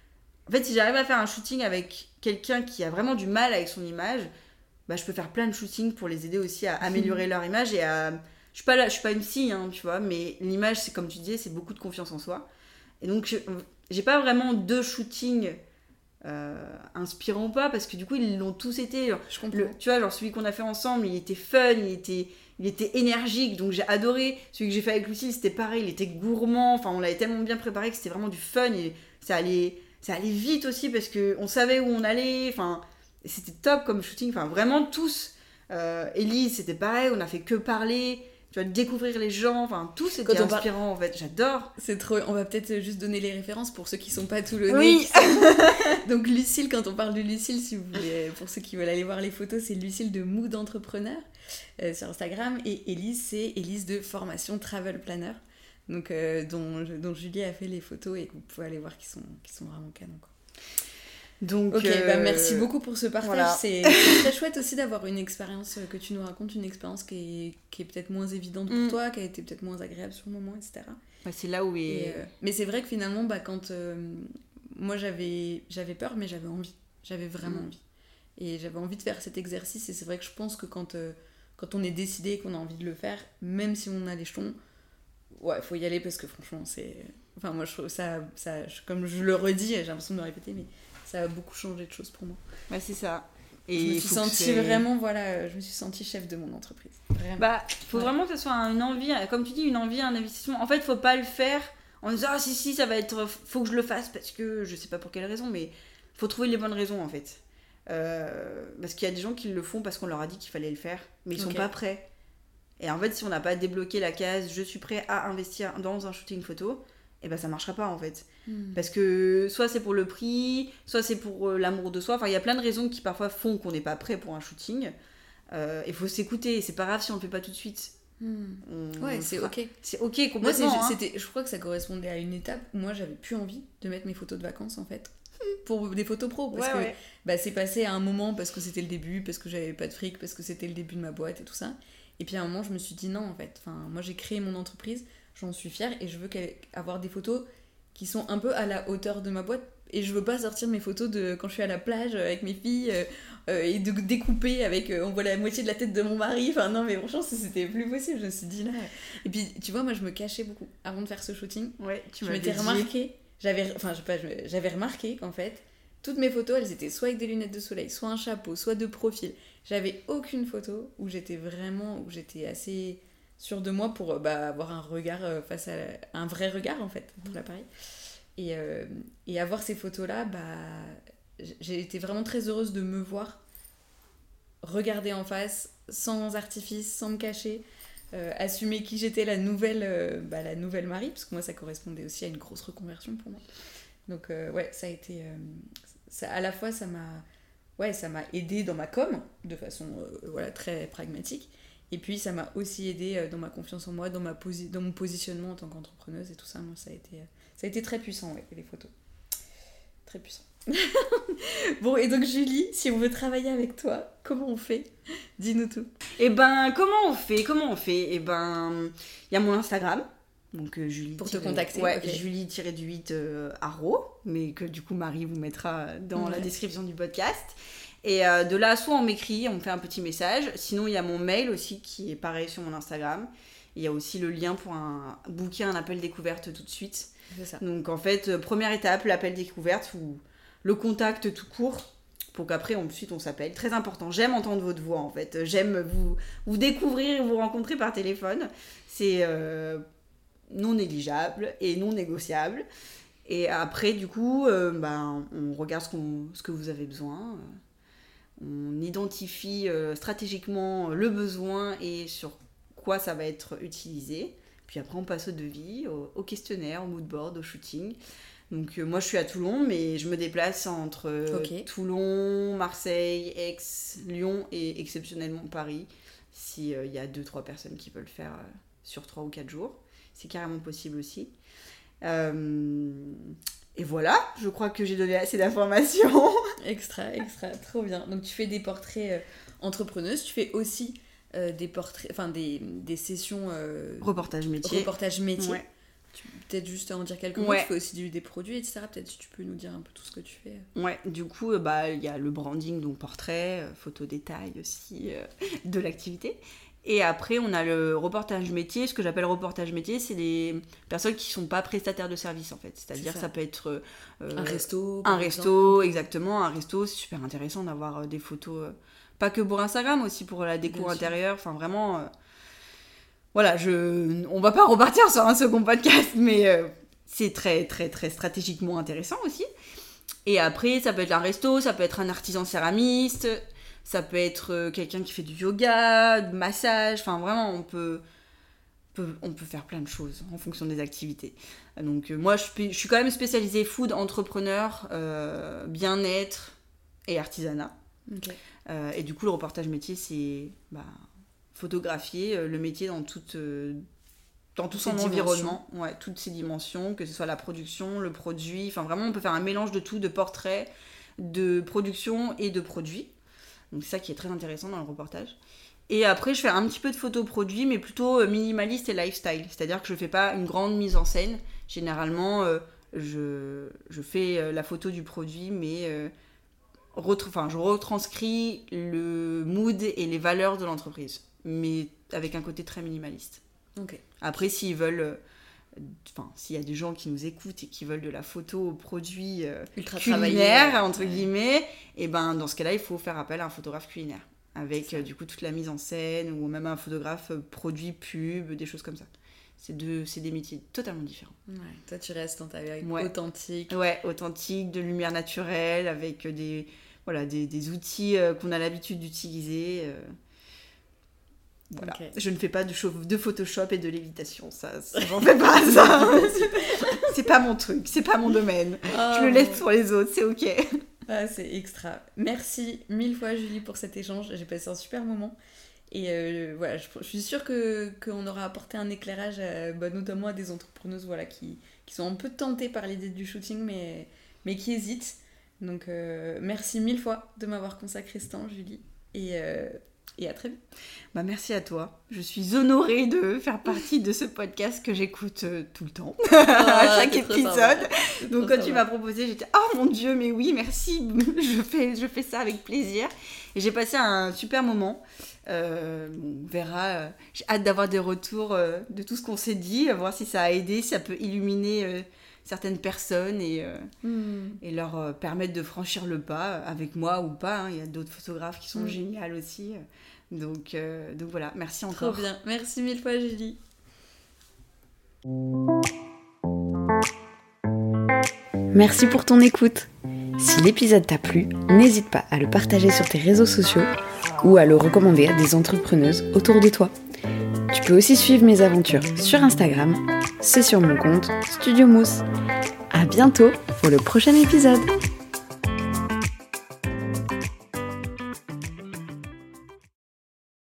en fait, si j'arrive à faire un shooting avec quelqu'un qui a vraiment du mal avec son image, bah, je peux faire plein de shootings pour les aider aussi à améliorer leur image et à... Je suis pas là, je suis pas une psy, hein, tu vois, mais l'image, c'est comme tu disais, c'est beaucoup de confiance en soi. Et donc, je- j'ai pas vraiment deux shootings euh, inspirants ou pas, parce que du coup, ils l'ont tous été. Genre, Je comprends. le, tu vois, genre celui qu'on a fait ensemble, il était fun, il était, il était énergique, donc j'ai adoré. Celui que j'ai fait avec Lucille, c'était pareil, il était gourmand, enfin, on l'avait tellement bien préparé que c'était vraiment du fun, et ça allait, ça allait vite aussi, parce qu'on savait où on allait, enfin, c'était top comme shooting, enfin, vraiment tous. Euh, Élise, c'était pareil, on a fait que parler, tu vois, découvrir les gens, enfin, tout c'était Quand on par- inspirant, en fait, j'adore. C'est trop. On va peut-être juste donner les références pour ceux qui sont pas tout le nez. Oui. qui sont- Donc Lucille, quand on parle de Lucille, si vous voulez, pour ceux qui veulent aller voir les photos, c'est Lucille de Mood Entrepreneur euh, sur Instagram, et Élise, c'est Élise de Formation Travel Planner, donc euh, dont, dont Julie a fait les photos et que vous pouvez aller voir qui sont qui sont vraiment canons, quoi. Donc, Ok, euh, bah merci beaucoup pour ce partage. voilà. C'est c'est très chouette aussi d'avoir une expérience euh, que tu nous racontes, une expérience qui est, qui est peut-être moins évidente pour Mm. toi, qui a été peut-être moins agréable sur le moment, et cetera. Bah, c'est là où est... Et, euh, mais c'est vrai que finalement, bah, quand euh, moi j'avais, j'avais peur, mais j'avais envie. J'avais vraiment Mm. envie. Et j'avais envie de faire cet exercice. Et c'est vrai que je pense que quand, euh, quand on est décidé et qu'on a envie de le faire, même si on a les jetons, ouais, faut y aller parce que franchement, c'est. Enfin, moi je trouve ça. ça je- comme je le redis, j'ai l'impression de me répéter, mais ça a beaucoup changé de choses pour moi. Bah, c'est ça. je me il suis faut que sentie c'est- vraiment, voilà, je me suis sentie chef de mon entreprise. Vraiment. Bah, faut Ouais. vraiment que ce soit une envie, comme tu dis, une envie, un investissement. En fait, faut pas le faire en disant ah si si ça va être, faut que je le fasse parce que je sais pas pour quelle raison, mais faut trouver les bonnes raisons en fait. Euh, parce qu'il y a des gens qui le font parce qu'on leur a dit qu'il fallait le faire, mais ils sont Ok. pas prêts. Et en fait, si on n'a pas débloqué la case, je suis prêt à investir dans un shooting photo, et ben ça marchera pas en fait. Hmm. Parce que soit c'est pour le prix, soit c'est pour euh, l'amour de soi. Enfin, il y a plein de raisons qui parfois font qu'on n'est pas prêt pour un shooting. Euh, Il faut s'écouter. C'est pas grave si on le fait pas tout de suite. Hmm. On- Ouais, on c'est fera- ok. C'est ok Moi, complètement. c'est, hein. c'était, je crois que ça correspondait à une étape où moi, j'avais plus envie de mettre mes photos de vacances, en fait, pour des photos pro. Parce Ouais, que ouais. bah, c'est passé à un moment parce que c'était le début, parce que j'avais pas de fric, parce que c'était le début de ma boîte et tout ça. Et puis à un moment, je me suis dit non, en fait. Enfin, moi, j'ai créé mon entreprise j'en suis fière et je veux avoir des photos qui sont un peu à la hauteur de ma boîte. Et je veux pas sortir mes photos de quand je suis à la plage avec mes filles euh, euh, et de découper avec euh, on voit la moitié de la tête de mon mari. Enfin non mais franchement c'était plus possible. Je me suis dit là. Et puis tu vois moi je me cachais beaucoup avant de faire ce shooting. Ouais, tu je m'avais m'étais dit. remarqué. J'avais enfin je sais pas je- j'avais remarqué qu'en fait toutes mes photos elles étaient soit avec des lunettes de soleil, soit un chapeau, soit de profil. J'avais aucune photo où j'étais vraiment où j'étais assez sûre de moi pour bah, avoir un regard euh, face à un vrai regard en fait pour l'appareil. Et, euh, et avoir ces photos-là, bah, j'ai été vraiment très heureuse de me voir regarder en face, sans artifice, sans me cacher, euh, assumer qui j'étais, la nouvelle, euh, bah, la nouvelle Marie, parce que moi ça correspondait aussi à une grosse reconversion pour moi. Donc euh, ouais, ça a été... Euh, ça, à la fois ça m'a ouais, ça m'a aidée dans ma com, de façon euh, voilà, très pragmatique, et puis ça m'a aussi aidée euh, dans ma confiance en moi, dans, ma posi- dans mon positionnement en tant qu'entrepreneuse et tout ça. Moi, ça a été... Euh, Ça a été très puissant, ouais, les photos. Très puissant. Bon, et donc Julie, si on veut travailler avec toi, comment on fait ? Dis-nous tout. Et ben, comment on fait Comment on fait Et ben, il y a mon Instagram. Donc euh, Julie. Pour te contacter. Ouais, okay. Julie du huit euh, arro, mais que du coup Marie vous mettra dans ouais. la description du podcast. Et euh, de là, soit on m'écrit, on me fait un petit message. Sinon, il y a mon mail aussi qui est pareil sur mon Instagram. Il y a aussi le lien pour un, booker un appel découverte tout de suite. C'est ça. Donc en fait, euh, première étape, l'appel découverte ou le contact tout court pour qu'après ensuite on s'appelle. Très important, j'aime entendre votre voix en fait. J'aime vous, vous découvrir et vous rencontrer par téléphone. C'est euh, non négligeable et non négociable. Et après du coup, euh, ben, on regarde ce, qu'on, ce que vous avez besoin. On identifie euh, stratégiquement le besoin et sur quoi ça va être utilisé. Puis après, on passe au devis, au, au questionnaire, au moodboard, au shooting. Donc, euh, moi, je suis à Toulon, mais je me déplace entre euh, okay. Toulon, Marseille, Aix, Lyon et exceptionnellement Paris. S'il euh, y a deux trois personnes qui veulent faire euh, sur trois ou quatre jours. C'est carrément possible aussi. Euh, et voilà, je crois que j'ai donné assez d'informations. Extra, extra, trop bien. Donc, tu fais des portraits euh, entrepreneuses. Tu fais aussi... Euh, des portraits, enfin des, des sessions euh, reportage métier. Reportage métier. Ouais. Tu peux peut-être juste en dire quelques mots. Ouais. Tu fais aussi du, des produits, et cetera. Peut-être si tu peux nous dire un peu tout ce que tu fais. Ouais. Du coup, bah il y a le branding, donc portrait, euh, photo détail aussi euh, de l'activité. Et après, on a le reportage métier. Ce que j'appelle reportage métier, c'est les personnes qui sont pas prestataires de service en fait. C'est-à-dire, c'est ça. ça peut être euh, un resto. Un resto, exemple. Exactement. Un resto, c'est super intéressant d'avoir euh, des photos. Euh, Pas que pour Instagram, aussi pour la déco intérieure. Enfin, vraiment... Euh, voilà, je... on va pas repartir sur un second podcast, mais euh, c'est très, très, très stratégiquement intéressant aussi. Et après, ça peut être un resto, ça peut être un artisan céramiste, ça peut être euh, quelqu'un qui fait du yoga, du massage. Enfin, vraiment, on peut... peut, on peut faire plein de choses en fonction des activités. Donc, euh, moi, je, je suis quand même spécialisée food, entrepreneur, euh, bien-être et artisanat. Okay. Euh, et du coup, le reportage métier, c'est bah, photographier euh, le métier dans, toute, euh, dans tout son environnement, ouais, toutes ses dimensions, que ce soit la production, le produit. Enfin, vraiment, on peut faire un mélange de tout, de portraits, de production et de produits. Donc, c'est ça qui est très intéressant dans le reportage. Et après, je fais un petit peu de photos produits, mais plutôt minimaliste et lifestyle. C'est-à-dire que je ne fais pas une grande mise en scène. Généralement, euh, je, je fais la photo du produit, mais... Euh, Retr- enfin, je retranscris le mood et les valeurs de l'entreprise, mais avec un côté très minimaliste. Okay. Après, s'ils veulent, enfin, euh, s'il y a des gens qui nous écoutent et qui veulent de la photo aux produits euh, ultra culinaires, entre ouais. guillemets, et ben dans ce cas-là, il faut faire appel à un photographe culinaire, avec euh, du coup toute la mise en scène, ou même un photographe euh, produit, pub, des choses comme ça. C'est, deux, c'est des métiers totalement différents. Ouais, toi, tu restes dans ta vie ouais. authentique. Ouais, authentique, de lumière naturelle, avec des, voilà, des, des outils euh, qu'on a l'habitude d'utiliser. Euh... Voilà. Okay. Je ne fais pas de, show, de Photoshop et de lévitation, ça, ça j'en fais pas, ça. C'est pas mon truc, c'est pas mon domaine. Oh. Je le laisse pour les autres, c'est ok. Ah, c'est extra. Merci mille fois, Julie, pour cet échange. J'ai passé un super moment. Et euh, voilà, je, je suis sûre que, qu'on aura apporté un éclairage, à, bah, notamment à des entrepreneuses voilà, qui, qui sont un peu tentées par l'idée du shooting, mais, mais qui hésitent. Donc, euh, merci mille fois de m'avoir consacré ce temps, Julie. Et, euh, Et à très vite. Bah, merci à toi. Je suis honorée de faire partie de ce podcast que j'écoute euh, tout le temps, oh, à chaque épisode. Donc quand tu m'as proposé, j'étais « Oh mon Dieu, mais oui, merci, je fais, je fais ça avec plaisir. » Et j'ai passé un super moment. Euh, on verra. Euh, j'ai hâte d'avoir des retours euh, de tout ce qu'on s'est dit, voir si ça a aidé, si ça peut illuminer euh, certaines personnes et, euh, mm. et leur euh, permettre de franchir le pas, avec moi ou pas. Hein. Il y a d'autres photographes qui sont mm. géniales aussi. Donc, euh, donc voilà, merci encore. Trop bien, merci mille fois Julie. Merci pour ton écoute. Si l'épisode t'a plu, n'hésite pas à le partager sur tes réseaux sociaux ou à le recommander à des entrepreneuses autour de toi. Tu peux aussi suivre mes aventures sur Instagram, c'est sur mon compte Studio Mousse. À bientôt pour le prochain épisode.